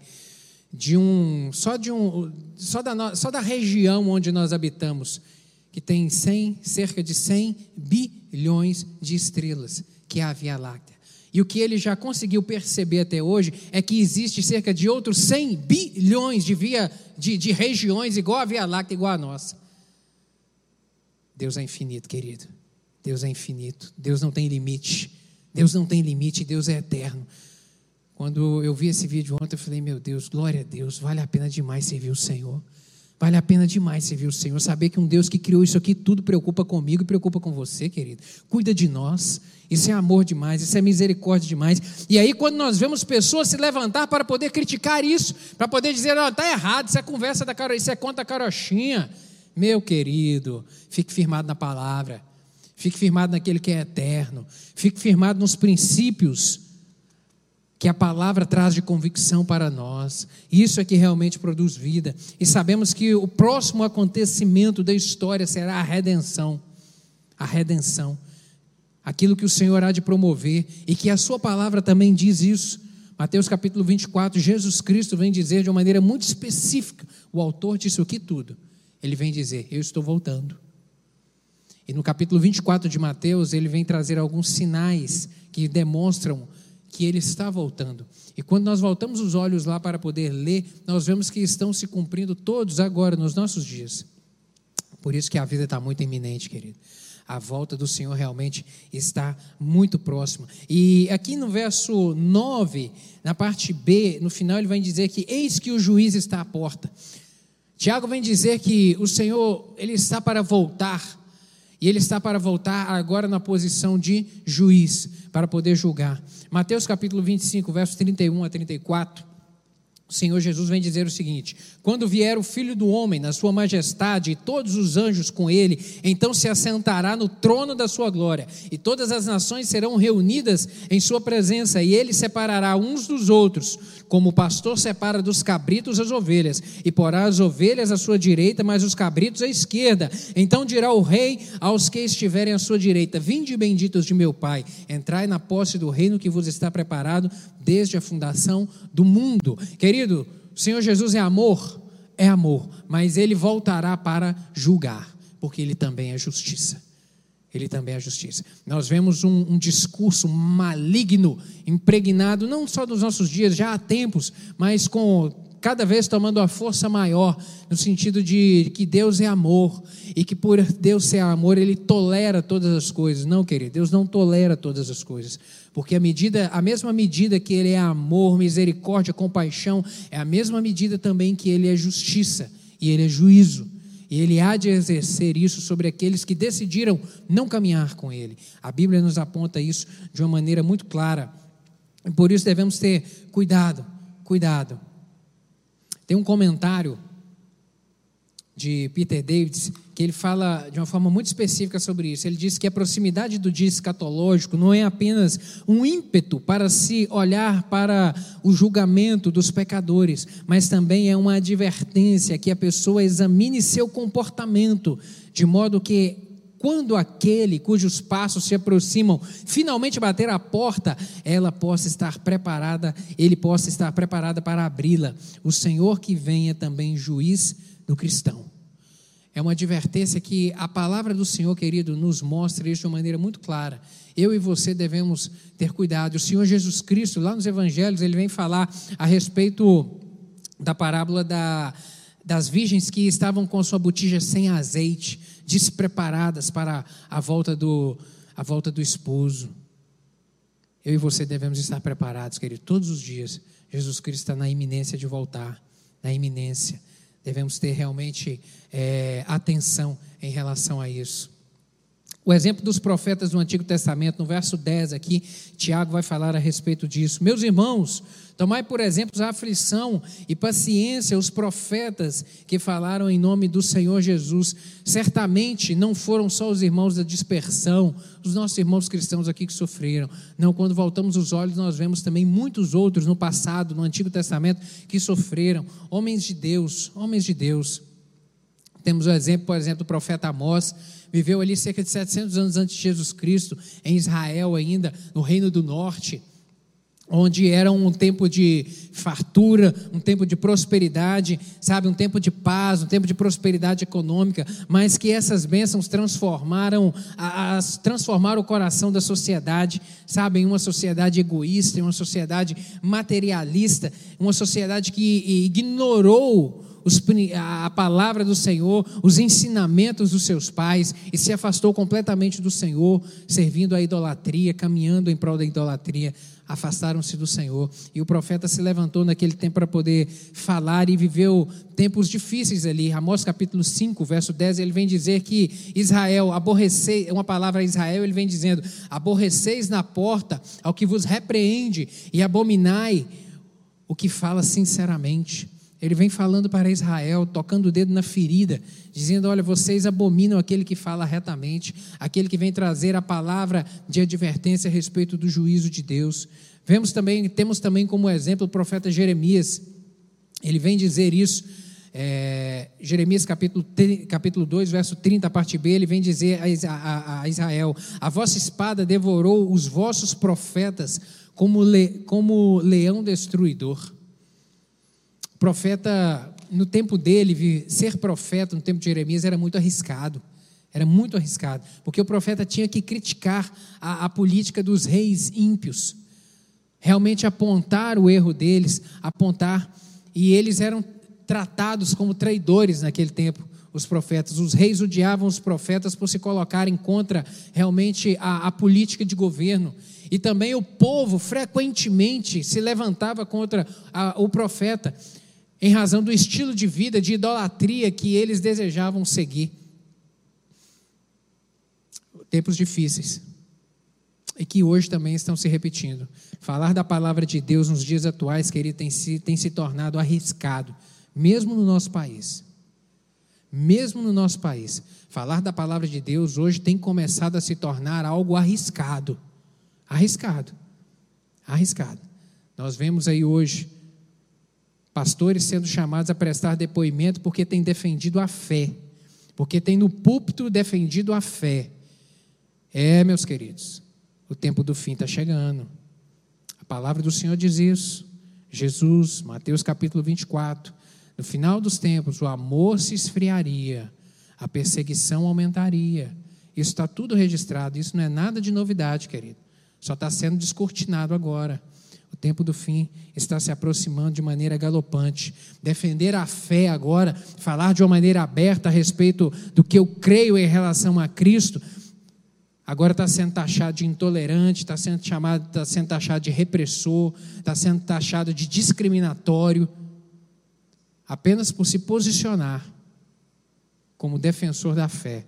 só da região onde nós habitamos, que tem cerca de 100 bilhões de estrelas, que é a Via Láctea. E o que ele já conseguiu perceber até hoje é que existe cerca de outros 100 bilhões de regiões igual a Via Láctea, igual a nossa. Deus é infinito, querido. Deus é infinito. Deus não tem limite. Deus não tem limite, Deus é eterno. Quando eu vi esse vídeo ontem, eu falei, meu Deus, glória a Deus, vale a pena demais servir o Senhor. Vale a pena demais servir o Senhor, saber que um Deus que criou isso aqui tudo preocupa comigo e preocupa com você, querido. Cuida de nós. Isso é amor demais, isso é misericórdia demais. E aí quando nós vemos pessoas se levantar para poder criticar isso, para poder dizer, está errado, isso é conversa isso é conta carochinha. Meu querido, fique firmado na palavra, fique firmado naquele que é eterno, fique firmado nos princípios que a palavra traz de convicção para nós. Isso é que realmente produz vida. E sabemos que o próximo acontecimento da história será a redenção. A redenção. Aquilo que o Senhor há de promover, e que a sua palavra também diz isso. Mateus capítulo 24, Jesus Cristo vem dizer de uma maneira muito específica, o autor disso aqui tudo, ele vem dizer, eu estou voltando. E no capítulo 24 de Mateus, ele vem trazer alguns sinais que demonstram que ele está voltando. E quando nós voltamos os olhos lá para poder ler, nós vemos que estão se cumprindo todos agora, nos nossos dias. Por isso que a vida está muito iminente, querido. A volta do Senhor realmente está muito próxima. E aqui no verso 9, na parte B, no final ele vai dizer que eis que o juiz está à porta. Tiago vem dizer que o Senhor, ele está para voltar. E ele está para voltar agora na posição de juiz, para poder julgar. Mateus capítulo 25, versos 31 a 34, o Senhor Jesus vem dizer o seguinte: quando vier o Filho do Homem na sua majestade e todos os anjos com ele, então se assentará no trono da sua glória, e todas as nações serão reunidas em sua presença, e ele separará uns dos outros, como o pastor separa dos cabritos as ovelhas, e porá as ovelhas à sua direita, mas os cabritos à esquerda. Então dirá o rei aos que estiverem à sua direita: vinde, benditos de meu Pai, entrai na posse do reino que vos está preparado desde a fundação do mundo. Querido, o Senhor Jesus é amor, mas ele voltará para julgar, porque ele também é justiça. Ele também é justiça. Nós vemos um discurso maligno, impregnado, não só dos nossos dias, já há tempos, mas com cada vez tomando uma força maior, no sentido de que Deus é amor, e que por Deus ser amor, Ele tolera todas as coisas. Não, querido, Deus não tolera todas as coisas, porque a mesma medida que Ele é amor, misericórdia, compaixão, é a mesma medida também que Ele é justiça, e Ele é juízo. E Ele há de exercer isso sobre aqueles que decidiram não caminhar com Ele. A Bíblia nos aponta isso de uma maneira muito clara. E por isso devemos ter cuidado. Tem um comentário de Peter Davids que ele fala de uma forma muito específica sobre isso. Ele diz que a proximidade do dia escatológico não é apenas um ímpeto para se olhar para o julgamento dos pecadores, mas também é uma advertência que a pessoa examine seu comportamento, de modo que quando aquele cujos passos se aproximam finalmente bater a porta, ela possa estar preparada, ele possa estar preparado para abri-la. O Senhor que vem é também juiz do cristão. É uma advertência que a palavra do Senhor, querido, nos mostra isso de uma maneira muito clara. Eu e você devemos ter cuidado. O Senhor Jesus Cristo, lá nos evangelhos, ele vem falar a respeito da parábola das virgens que estavam com sua botija sem azeite, despreparadas para a volta do esposo. Eu e você devemos estar preparados, querido, todos os dias. Jesus Cristo está na iminência de voltar, na iminência. Devemos ter realmente atenção em relação a isso. O exemplo dos profetas do Antigo Testamento, no verso 10 aqui, Tiago vai falar a respeito disso. Meus irmãos, tomai por exemplo a aflição e paciência os profetas que falaram em nome do Senhor Jesus. Certamente não foram só os irmãos da dispersão, os nossos irmãos cristãos aqui que sofreram. Não, quando voltamos os olhos, nós vemos também muitos outros no passado, no Antigo Testamento, que sofreram. Homens de Deus. Temos o exemplo, por exemplo, do profeta Amós, viveu ali cerca de 700 anos antes de Jesus Cristo, em Israel ainda, no Reino do Norte, onde era um tempo de fartura, um tempo de prosperidade, sabe, um tempo de paz, um tempo de prosperidade econômica, mas que essas bênçãos transformaram o coração da sociedade, sabe, em uma sociedade egoísta, em uma sociedade materialista, uma sociedade que ignorou a palavra do Senhor, os ensinamentos dos seus pais, e se afastou completamente do Senhor, servindo à idolatria, caminhando em prol da idolatria. Afastaram-se do Senhor, e o profeta se levantou naquele tempo para poder falar, e viveu tempos difíceis ali. Amós capítulo 5, verso 10, ele vem dizer que Israel, aborreceis, uma palavra a Israel, ele vem dizendo: aborreceis na porta ao que vos repreende, e abominai o que fala sinceramente. Ele vem falando para Israel, tocando o dedo na ferida, dizendo: olha, vocês abominam aquele que fala retamente, aquele que vem trazer a palavra de advertência a respeito do juízo de Deus. Temos também como exemplo o profeta Jeremias. Ele vem dizer isso, Jeremias capítulo 2, verso 30, a parte B, ele vem dizer a Israel: a vossa espada devorou os vossos profetas como leão destruidor. Profeta, no tempo dele, ser profeta no tempo de Jeremias era muito arriscado, porque o profeta tinha que criticar a política dos reis ímpios, realmente apontar o erro deles, e eles eram tratados como traidores naquele tempo, os profetas. Os reis odiavam os profetas por se colocarem contra realmente a política de governo, e também o povo frequentemente se levantava contra o profeta, em razão do estilo de vida, de idolatria que eles desejavam seguir. Tempos difíceis, e que hoje também estão se repetindo. Falar da palavra de Deus nos dias atuais, querido, tem se tornado arriscado, mesmo no nosso país. Falar da palavra de Deus hoje tem começado a se tornar algo arriscado. Nós vemos aí hoje pastores sendo chamados a prestar depoimento porque têm defendido a fé, porque têm no púlpito defendido a fé. Meus queridos, o tempo do fim está chegando. A palavra do Senhor diz isso. Jesus, Mateus capítulo 24, no final dos tempos, o amor se esfriaria, a perseguição aumentaria. Isso está tudo registrado, isso não é nada de novidade, querido. Só está sendo descortinado agora. O tempo do fim está se aproximando de maneira galopante. Defender a fé agora, falar de uma maneira aberta a respeito do que eu creio em relação a Cristo, agora está sendo taxado de intolerante, está sendo taxado de repressor, está sendo taxado de discriminatório, apenas por se posicionar como defensor da fé.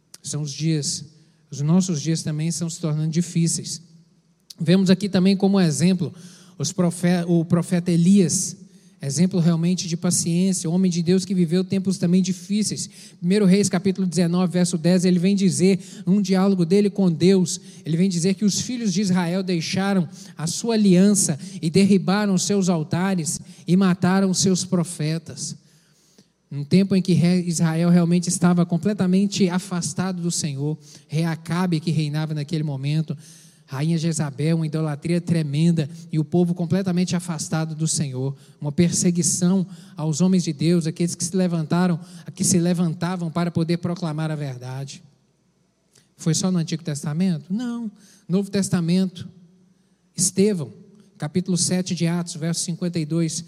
Os nossos dias também estão se tornando difíceis. Vemos aqui também como exemplo o profeta Elias, exemplo realmente de paciência, homem de Deus que viveu tempos também difíceis. 1 Reis capítulo 19, verso 10, ele vem dizer, num diálogo dele com Deus, ele vem dizer que os filhos de Israel deixaram a sua aliança e derribaram os seus altares e mataram os seus profetas. Num tempo em que Israel realmente estava completamente afastado do Senhor, rei Acabe que reinava naquele momento, rainha Jezabel, uma idolatria tremenda, e o povo completamente afastado do Senhor, uma perseguição aos homens de Deus, aqueles que se levantavam para poder proclamar a verdade. Foi só no Antigo Testamento? Não. Novo Testamento, Estevão, capítulo 7 de Atos, verso 52,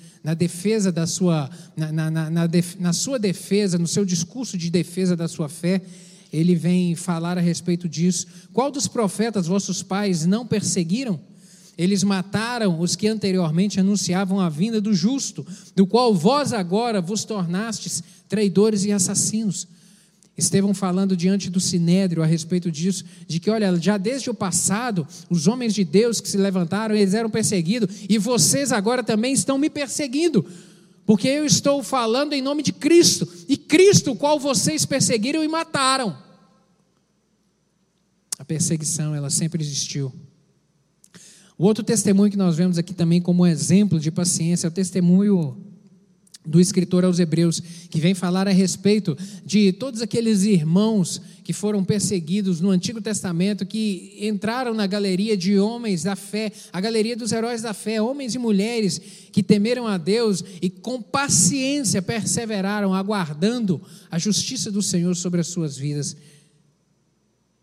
na sua defesa, no seu discurso de defesa da sua fé, ele vem falar a respeito disso. Qual dos profetas vossos pais não perseguiram? Eles mataram os que anteriormente anunciavam a vinda do justo, do qual vós agora vos tornastes traidores e assassinos. Estevão falando diante do Sinédrio a respeito disso, de que, olha, já desde o passado, os homens de Deus que se levantaram, eles eram perseguidos, e vocês agora também estão me perseguindo, porque eu estou falando em nome de Cristo, e Cristo, o qual vocês perseguiram e mataram. A perseguição, ela sempre existiu. O outro testemunho que nós vemos aqui também como exemplo de paciência é o testemunho do escritor aos Hebreus, que vem falar a respeito de todos aqueles irmãos que foram perseguidos no Antigo Testamento, que entraram na galeria de homens da fé, a galeria dos heróis da fé, homens e mulheres que temeram a Deus e com paciência perseveraram, aguardando a justiça do Senhor sobre as suas vidas.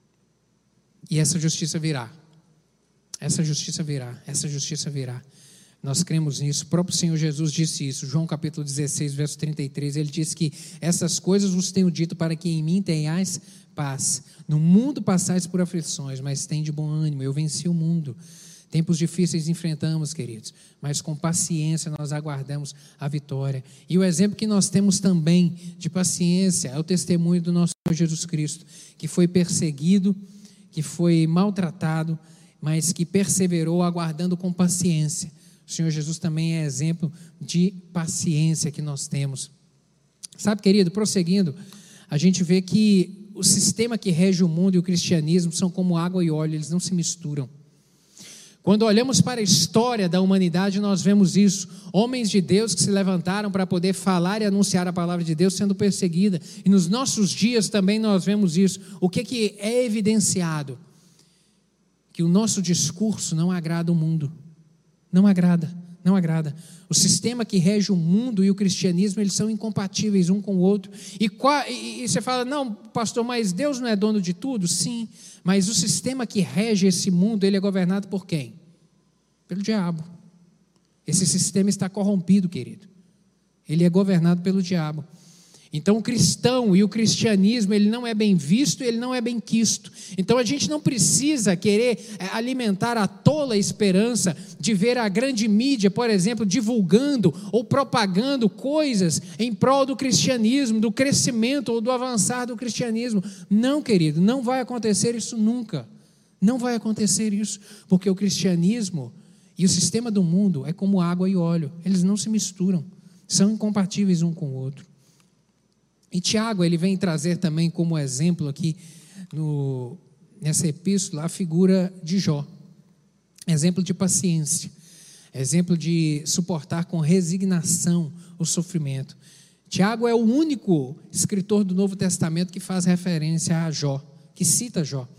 E essa justiça virá. Essa justiça virá. Nós cremos nisso. O próprio Senhor Jesus disse isso. João capítulo 16, verso 33, ele disse que essas coisas vos tenho dito para que em mim tenhais paz. No mundo passais por aflições, mas tem de bom ânimo, eu venci o mundo. Tempos difíceis enfrentamos, queridos, mas com paciência nós aguardamos a vitória. E o exemplo que nós temos também de paciência é o testemunho do nosso Senhor Jesus Cristo, que foi perseguido, que foi maltratado, mas que perseverou aguardando com paciência. O Senhor Jesus também é exemplo de paciência que nós temos. Sabe, querido, prosseguindo, a gente vê que o sistema que rege o mundo e o cristianismo são como água e óleo, eles não se misturam. Quando olhamos para a história da humanidade, nós vemos isso. Homens de Deus que se levantaram para poder falar e anunciar a palavra de Deus sendo perseguida. E nos nossos dias também nós vemos isso. O que é evidenciado? Que o nosso discurso não agrada o mundo. Não agrada. O sistema que rege o mundo e o cristianismo, eles são incompatíveis um com o outro. E você fala, não, pastor, mas Deus não é dono de tudo? Sim, mas o sistema que rege esse mundo, ele é governado por quem? Pelo diabo. Esse sistema está corrompido, querido. Ele é governado pelo diabo. Então o cristão e o cristianismo, ele não é bem visto, ele não é bem quisto. Então a gente não precisa querer alimentar a tola esperança de ver a grande mídia, por exemplo, divulgando ou propagando coisas em prol do cristianismo, do crescimento ou do avançar do cristianismo. Não, querido, não vai acontecer isso nunca. Não vai acontecer isso, porque o cristianismo e o sistema do mundo é como água e óleo, eles não se misturam, são incompatíveis um com o outro. E Tiago, ele vem trazer também como exemplo aqui, nessa epístola, a figura de Jó. Exemplo de paciência, exemplo de suportar com resignação o sofrimento. Tiago é o único escritor do Novo Testamento que faz referência a Jó, que cita Jó.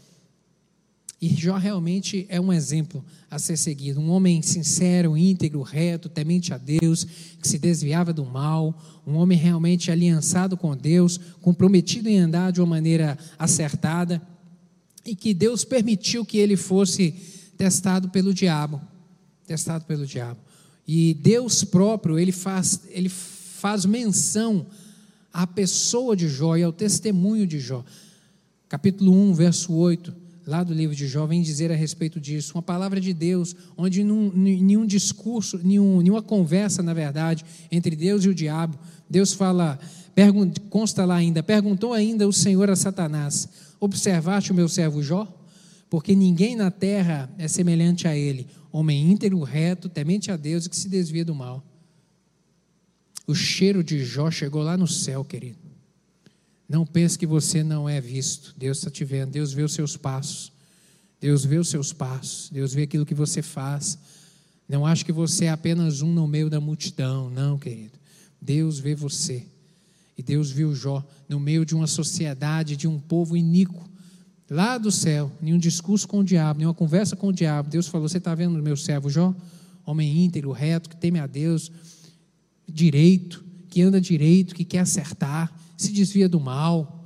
E Jó realmente é um exemplo a ser seguido, um homem sincero, íntegro, reto, temente a Deus, que se desviava do mal, um homem realmente aliançado com Deus, comprometido em andar de uma maneira acertada, e que Deus permitiu que ele fosse testado pelo diabo, E Deus próprio, ele faz menção à pessoa de Jó e ao testemunho de Jó. Capítulo 1, verso 8, lá do livro de Jó, vem dizer a respeito disso, uma palavra de Deus, onde nenhum discurso, nenhuma conversa, na verdade, entre Deus e o diabo, Deus fala, consta lá ainda, perguntou ainda o Senhor a Satanás, observaste o meu servo Jó? Porque ninguém na terra é semelhante a ele, homem íntegro, reto, temente a Deus e que se desvia do mal. O cheiro de Jó chegou lá no céu, querido. Não pense que você não é visto. Deus está te vendo. Deus vê os seus passos. Deus vê aquilo que você faz. Não ache que você é apenas um no meio da multidão. Não, querido. Deus vê você. E Deus viu Jó no meio de uma sociedade, de um povo iníquo. Lá do céu, nenhum discurso com o diabo, nenhuma conversa com o diabo. Deus falou, você está vendo o meu servo Jó? Homem íntegro, reto, que teme a Deus, direito, que anda direito, que quer acertar, se desvia do mal,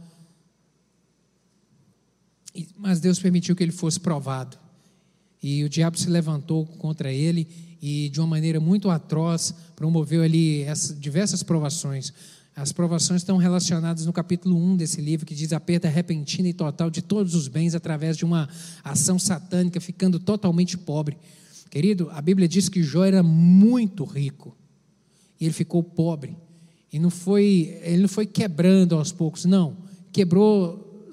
mas Deus permitiu que ele fosse provado, e o diabo se levantou contra ele, e de uma maneira muito atroz, promoveu ali diversas provações. As provações estão relacionadas no capítulo 1 desse livro, que diz a perda repentina e total de todos os bens, através de uma ação satânica, ficando totalmente pobre. Querido, a Bíblia diz que Jó era muito rico, e ele ficou pobre. E ele não foi quebrando aos poucos, não. Quebrou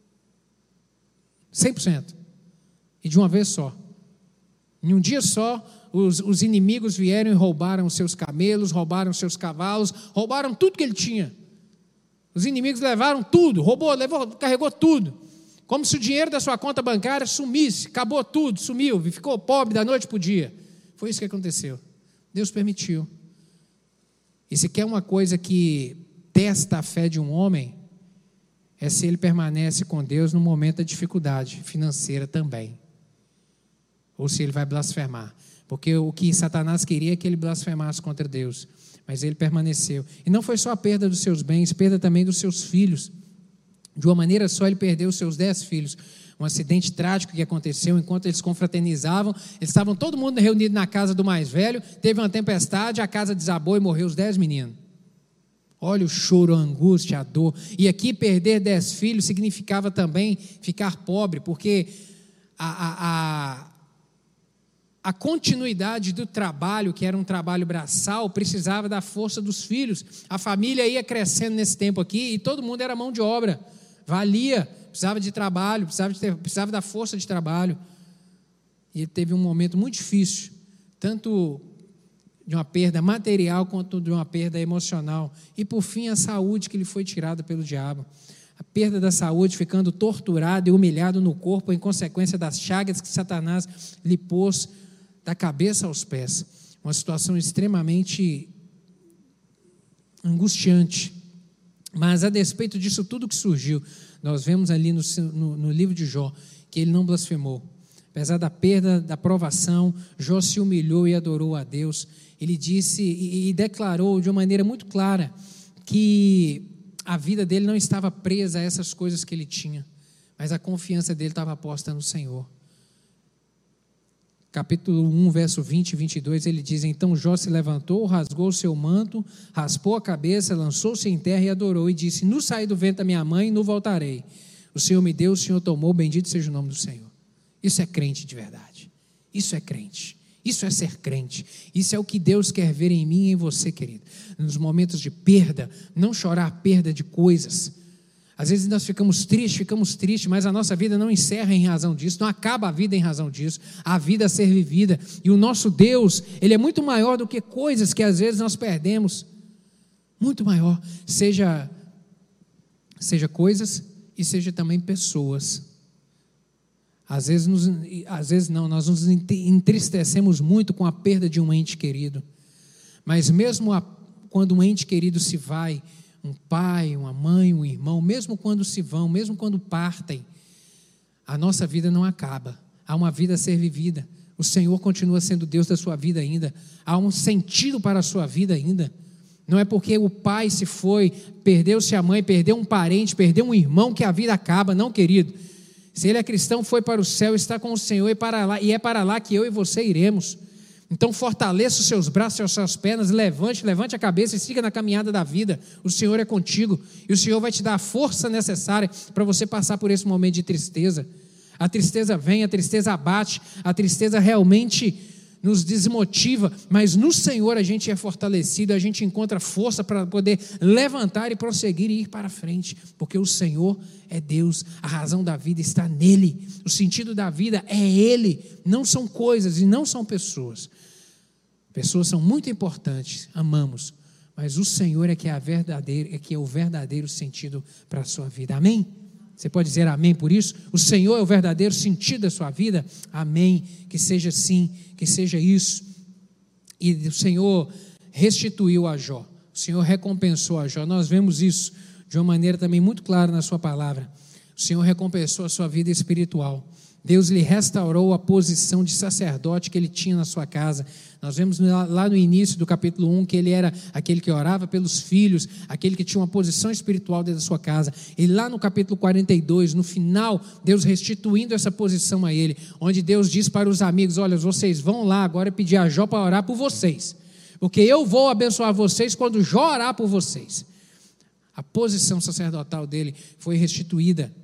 100%. E de uma vez só. Em um dia só, os inimigos vieram e roubaram os seus camelos, roubaram os seus cavalos, roubaram tudo que ele tinha. Os inimigos levaram tudo, carregou tudo. Como se o dinheiro da sua conta bancária sumisse, acabou tudo, sumiu, ficou pobre da noite para o dia. Foi isso que aconteceu. Deus permitiu. E se quer uma coisa que testa a fé de um homem, é se ele permanece com Deus no momento da dificuldade financeira também. Ou se ele vai blasfemar. Porque o que Satanás queria é que ele blasfemasse contra Deus. Mas ele permaneceu. E não foi só a perda dos seus bens, perda também dos seus filhos. De uma maneira só ele perdeu os seus 10 filhos. um acidente trágico que aconteceu enquanto eles confraternizavam. Eles estavam todo mundo reunido na casa do mais velho, teve uma tempestade, a casa desabou e morreu os 10 meninos. Olha o choro, a angústia, a dor. E aqui perder 10 filhos significava também ficar pobre, porque a continuidade do trabalho, que era um trabalho braçal, precisava da força dos filhos. A família ia crescendo nesse tempo aqui e todo mundo era mão de obra. Valia, precisava de trabalho, precisava da força de trabalho. E ele teve um momento muito difícil, tanto de uma perda material quanto de uma perda emocional. E por fim a saúde que lhe foi tirada pelo diabo. A perda da saúde, ficando torturado e humilhado no corpo em consequência das chagas que Satanás lhe pôs da cabeça aos pés. Uma situação extremamente angustiante. Mas a despeito disso tudo que surgiu, nós vemos ali no livro de Jó que ele não blasfemou. Apesar da perda, da provação, Jó se humilhou e adorou a Deus. Ele disse e declarou de uma maneira muito clara que a vida dele não estava presa a essas coisas que ele tinha, mas a confiança dele estava posta no Senhor. Capítulo 1, verso 20 e 22, ele diz: então Jó se levantou, rasgou o seu manto, raspou a cabeça, lançou-se em terra e adorou, e disse: no saí do ventre da minha mãe, no voltarei. O Senhor me deu, o Senhor tomou, bendito seja o nome do Senhor. Isso é crente de verdade. Isso é crente. Isso é ser crente. Isso é o que Deus quer ver em mim e em você, querido. Nos momentos de perda, não chorar a perda de coisas. Às vezes nós ficamos tristes, mas a nossa vida não encerra em razão disso, não acaba a vida em razão disso, a vida a ser vivida. E o nosso Deus, Ele é muito maior do que coisas que às vezes nós perdemos. Muito maior. Seja coisas e seja também pessoas. Às vezes nós nos entristecemos muito com a perda de um ente querido. Mas mesmo quando um ente querido se vai, um pai, uma mãe, um irmão, mesmo quando se vão, mesmo quando partem, a nossa vida não acaba. Há uma vida a ser vivida. O Senhor continua sendo Deus da sua vida ainda. Há um sentido para a sua vida ainda. Não é porque o pai se foi, perdeu-se a mãe, perdeu um parente, perdeu um irmão que a vida acaba. Não, querido. Se ele é cristão, foi para o céu, está com o Senhor e é para lá que eu e você iremos. Então fortaleça os seus braços e as suas pernas, levante a cabeça e siga na caminhada da vida. O Senhor é contigo e o Senhor vai te dar a força necessária para você passar por esse momento de tristeza. A tristeza vem, a tristeza abate, a tristeza realmente nos desmotiva, mas no Senhor a gente é fortalecido, a gente encontra força para poder levantar e prosseguir e ir para frente, porque o Senhor é Deus, a razão da vida está nele, o sentido da vida é Ele, não são coisas e não são pessoas. Pessoas são muito importantes, amamos, mas o Senhor é que é o verdadeiro sentido para a sua vida, amém? Você pode dizer amém por isso? O Senhor é o verdadeiro sentido da sua vida? Amém, que seja assim, que seja isso. E o Senhor restituiu a Jó, o Senhor recompensou a Jó. Nós vemos isso de uma maneira também muito clara na sua palavra. O Senhor recompensou a sua vida espiritual. Deus lhe restaurou a posição de sacerdote que ele tinha na sua casa. Nós vemos lá no início do capítulo 1 que ele era aquele que orava pelos filhos, aquele que tinha uma posição espiritual dentro da sua casa. E lá no capítulo 42, no final, Deus restituindo essa posição a ele, onde Deus diz para os amigos: olha, vocês vão lá agora pedir a Jó para orar por vocês, porque eu vou abençoar vocês quando Jó orar por vocês. A posição sacerdotal dele foi restituída.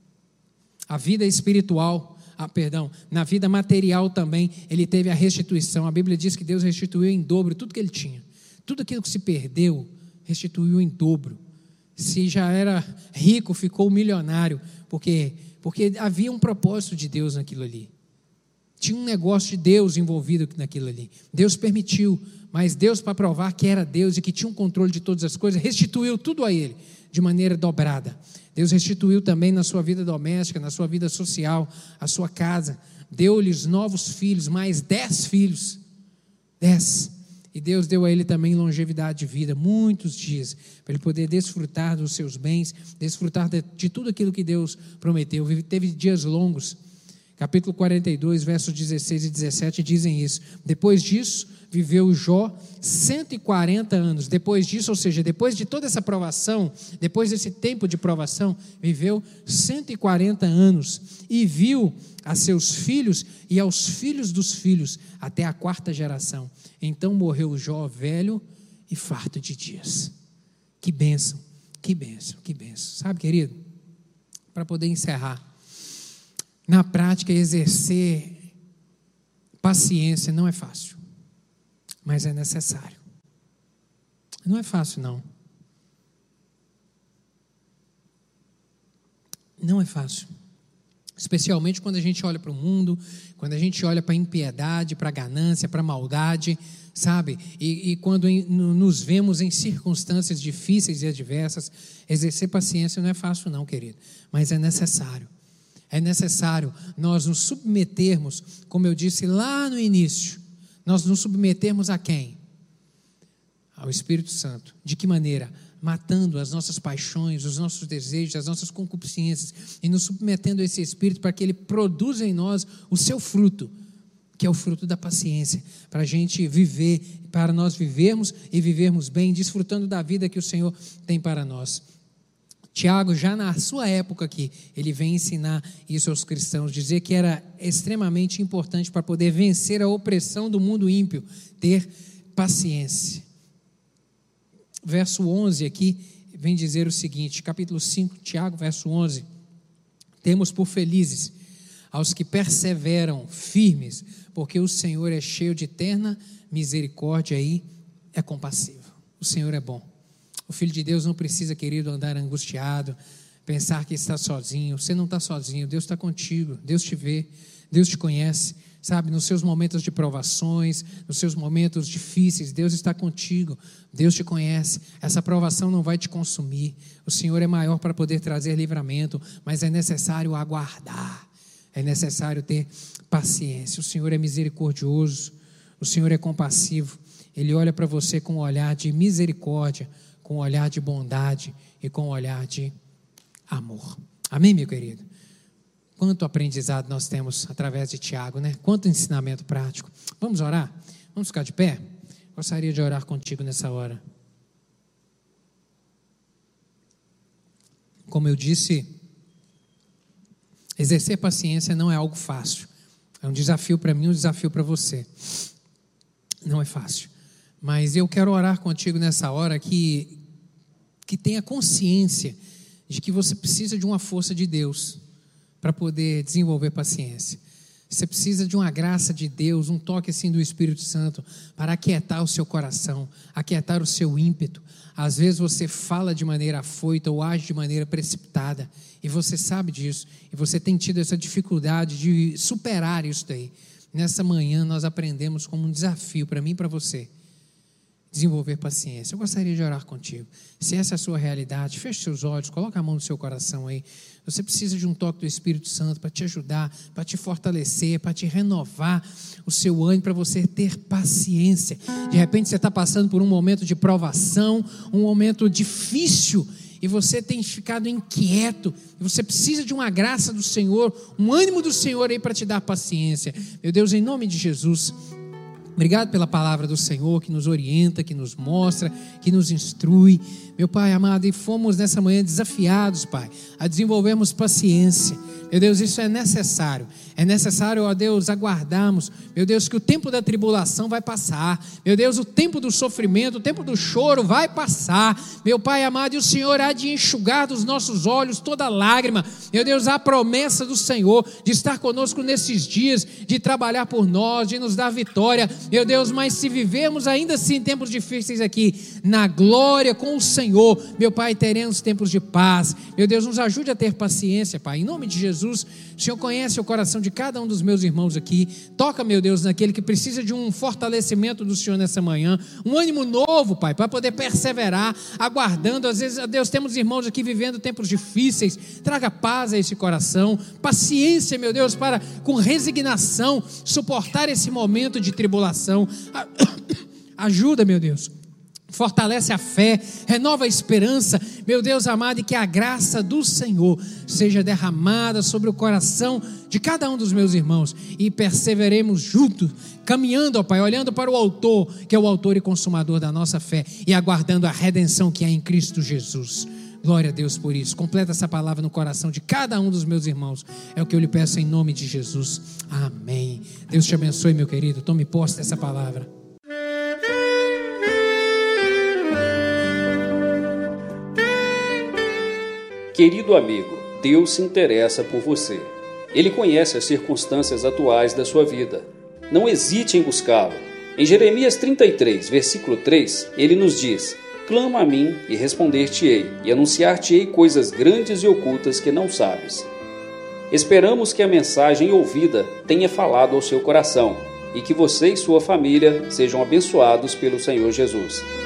A vida espiritual, na vida material também, ele teve a restituição. A Bíblia diz que Deus restituiu em dobro tudo que ele tinha. Tudo aquilo que se perdeu, restituiu em dobro. Se já era rico, ficou milionário, porque havia um propósito de Deus naquilo ali. Tinha um negócio de Deus envolvido naquilo ali. Deus permitiu, mas Deus, para provar que era Deus e que tinha um controle de todas as coisas, restituiu tudo a ele de maneira dobrada. Deus restituiu também na sua vida doméstica, na sua vida social, a sua casa. Deu-lhes novos filhos, mais 10 filhos. 10. E Deus deu a ele também longevidade de vida, muitos dias, para ele poder desfrutar dos seus bens, desfrutar de tudo aquilo que Deus prometeu. Teve dias longos. Capítulo 42, versos 16 e 17 dizem isso. Depois disso, viveu Jó 140 anos. Depois disso, ou seja, depois de toda essa provação, depois desse tempo de provação, viveu 140 anos. E viu a seus filhos e aos filhos dos filhos, até a 4ª geração. Então morreu Jó velho e farto de dias. Que bênção, que bênção, que bênção. Sabe, querido, para poder encerrar, na prática, exercer paciência não é fácil, mas é necessário. Não é fácil, não. Não é fácil. Especialmente quando a gente olha para o mundo, quando a gente olha para a impiedade, para a ganância, para a maldade, sabe? E quando nos vemos em circunstâncias difíceis e adversas, exercer paciência não é fácil, não, querido, mas é necessário. É necessário nós nos submetermos, como eu disse lá no início, nós nos submetermos a quem? Ao Espírito Santo. De que maneira? Matando as nossas paixões, os nossos desejos, as nossas concupiscências, e nos submetendo a esse Espírito para que Ele produza em nós o seu fruto, que é o fruto da paciência, para a gente viver, para nós vivermos e vivermos bem, desfrutando da vida que o Senhor tem para nós. Tiago, já na sua época aqui, ele vem ensinar isso aos cristãos, dizer que era extremamente importante para poder vencer a opressão do mundo ímpio, ter paciência. Verso 11 aqui, vem dizer o seguinte, capítulo 5, Tiago, verso 11, temos por felizes aos que perseveram firmes, porque o Senhor é cheio de eterna misericórdia e é compassivo. O Senhor é bom. O Filho de Deus não precisa, querido, andar angustiado, pensar que está sozinho. Você não está sozinho, Deus está contigo, Deus te vê, Deus te conhece, sabe, nos seus momentos de provações, nos seus momentos difíceis, Deus está contigo, Deus te conhece. Essa provação não vai te consumir, o Senhor é maior para poder trazer livramento, mas é necessário aguardar, é necessário ter paciência. O Senhor é misericordioso, o Senhor é compassivo, Ele olha para você com um olhar de misericórdia, com um olhar de bondade e com um olhar de amor. Amém, meu querido? Quanto aprendizado nós temos através de Tiago, né? Quanto ensinamento prático. Vamos orar? Vamos ficar de pé? Gostaria de orar contigo nessa hora. Como eu disse, exercer paciência não é algo fácil. É um desafio para mim, um desafio para você. Não é fácil. Mas eu quero orar contigo nessa hora que tenha consciência de que você precisa de uma força de Deus para poder desenvolver paciência. Você precisa de uma graça de Deus, um toque assim do Espírito Santo para aquietar o seu coração, aquietar o seu ímpeto. Às vezes você fala de maneira afoita ou age de maneira precipitada e você sabe disso e você tem tido essa dificuldade de superar isso daí. Nessa manhã nós aprendemos como um desafio para mim e para você desenvolver paciência. Eu gostaria de orar contigo. Se essa é a sua realidade, feche seus olhos, coloque a mão no seu coração aí. Você precisa de um toque do Espírito Santo para te ajudar, para te fortalecer, para te renovar o seu ânimo, para você ter paciência. De repente você está passando por um momento de provação, um momento difícil, e você tem ficado inquieto, e você precisa de uma graça do Senhor, um ânimo do Senhor aí para te dar paciência. Meu Deus, em nome de Jesus, obrigado pela palavra do Senhor que nos orienta, que nos mostra, que nos instrui. Meu Pai amado, e fomos nessa manhã desafiados, Pai, a desenvolvermos paciência. Meu Deus, isso é necessário. É necessário, ó Deus, aguardarmos, meu Deus, que o tempo da tribulação vai passar. Meu Deus, o tempo do sofrimento, o tempo do choro vai passar. Meu Pai amado, e o Senhor há de enxugar dos nossos olhos toda lágrima. Meu Deus, a promessa do Senhor de estar conosco nesses dias, de trabalhar por nós, de nos dar vitória. Meu Deus, mas se vivermos ainda assim tempos difíceis aqui, na glória com o Senhor, meu Pai, teremos tempos de paz. Meu Deus, nos ajude a ter paciência, Pai, em nome de Jesus. O Senhor conhece o coração de cada um dos meus irmãos aqui. Toca, meu Deus, naquele que precisa de um fortalecimento do Senhor nessa manhã, um ânimo novo, Pai, para poder perseverar, aguardando. Às vezes, Deus, temos irmãos aqui vivendo tempos difíceis. Traga paz a esse coração, paciência, meu Deus, para com resignação suportar esse momento de tribulação. Ajuda, meu Deus, fortalece a fé, renova a esperança, meu Deus amado, e que a graça do Senhor seja derramada sobre o coração de cada um dos meus irmãos, e perseveremos juntos, caminhando, ó Pai, olhando para o autor, que é o autor e consumador da nossa fé, e aguardando a redenção que há em Cristo Jesus. Glória a Deus por isso. Completa essa palavra no coração de cada um dos meus irmãos. É o que eu lhe peço em nome de Jesus. Amém. Deus te abençoe, meu querido. Tome posse dessa palavra. Querido amigo, Deus se interessa por você. Ele conhece as circunstâncias atuais da sua vida. Não hesite em buscá-lo. Em Jeremias 33, versículo 3, ele nos diz: clama a mim e responder-te-ei, e anunciar-te-ei coisas grandes e ocultas que não sabes. Esperamos que a mensagem ouvida tenha falado ao seu coração e que você e sua família sejam abençoados pelo Senhor Jesus.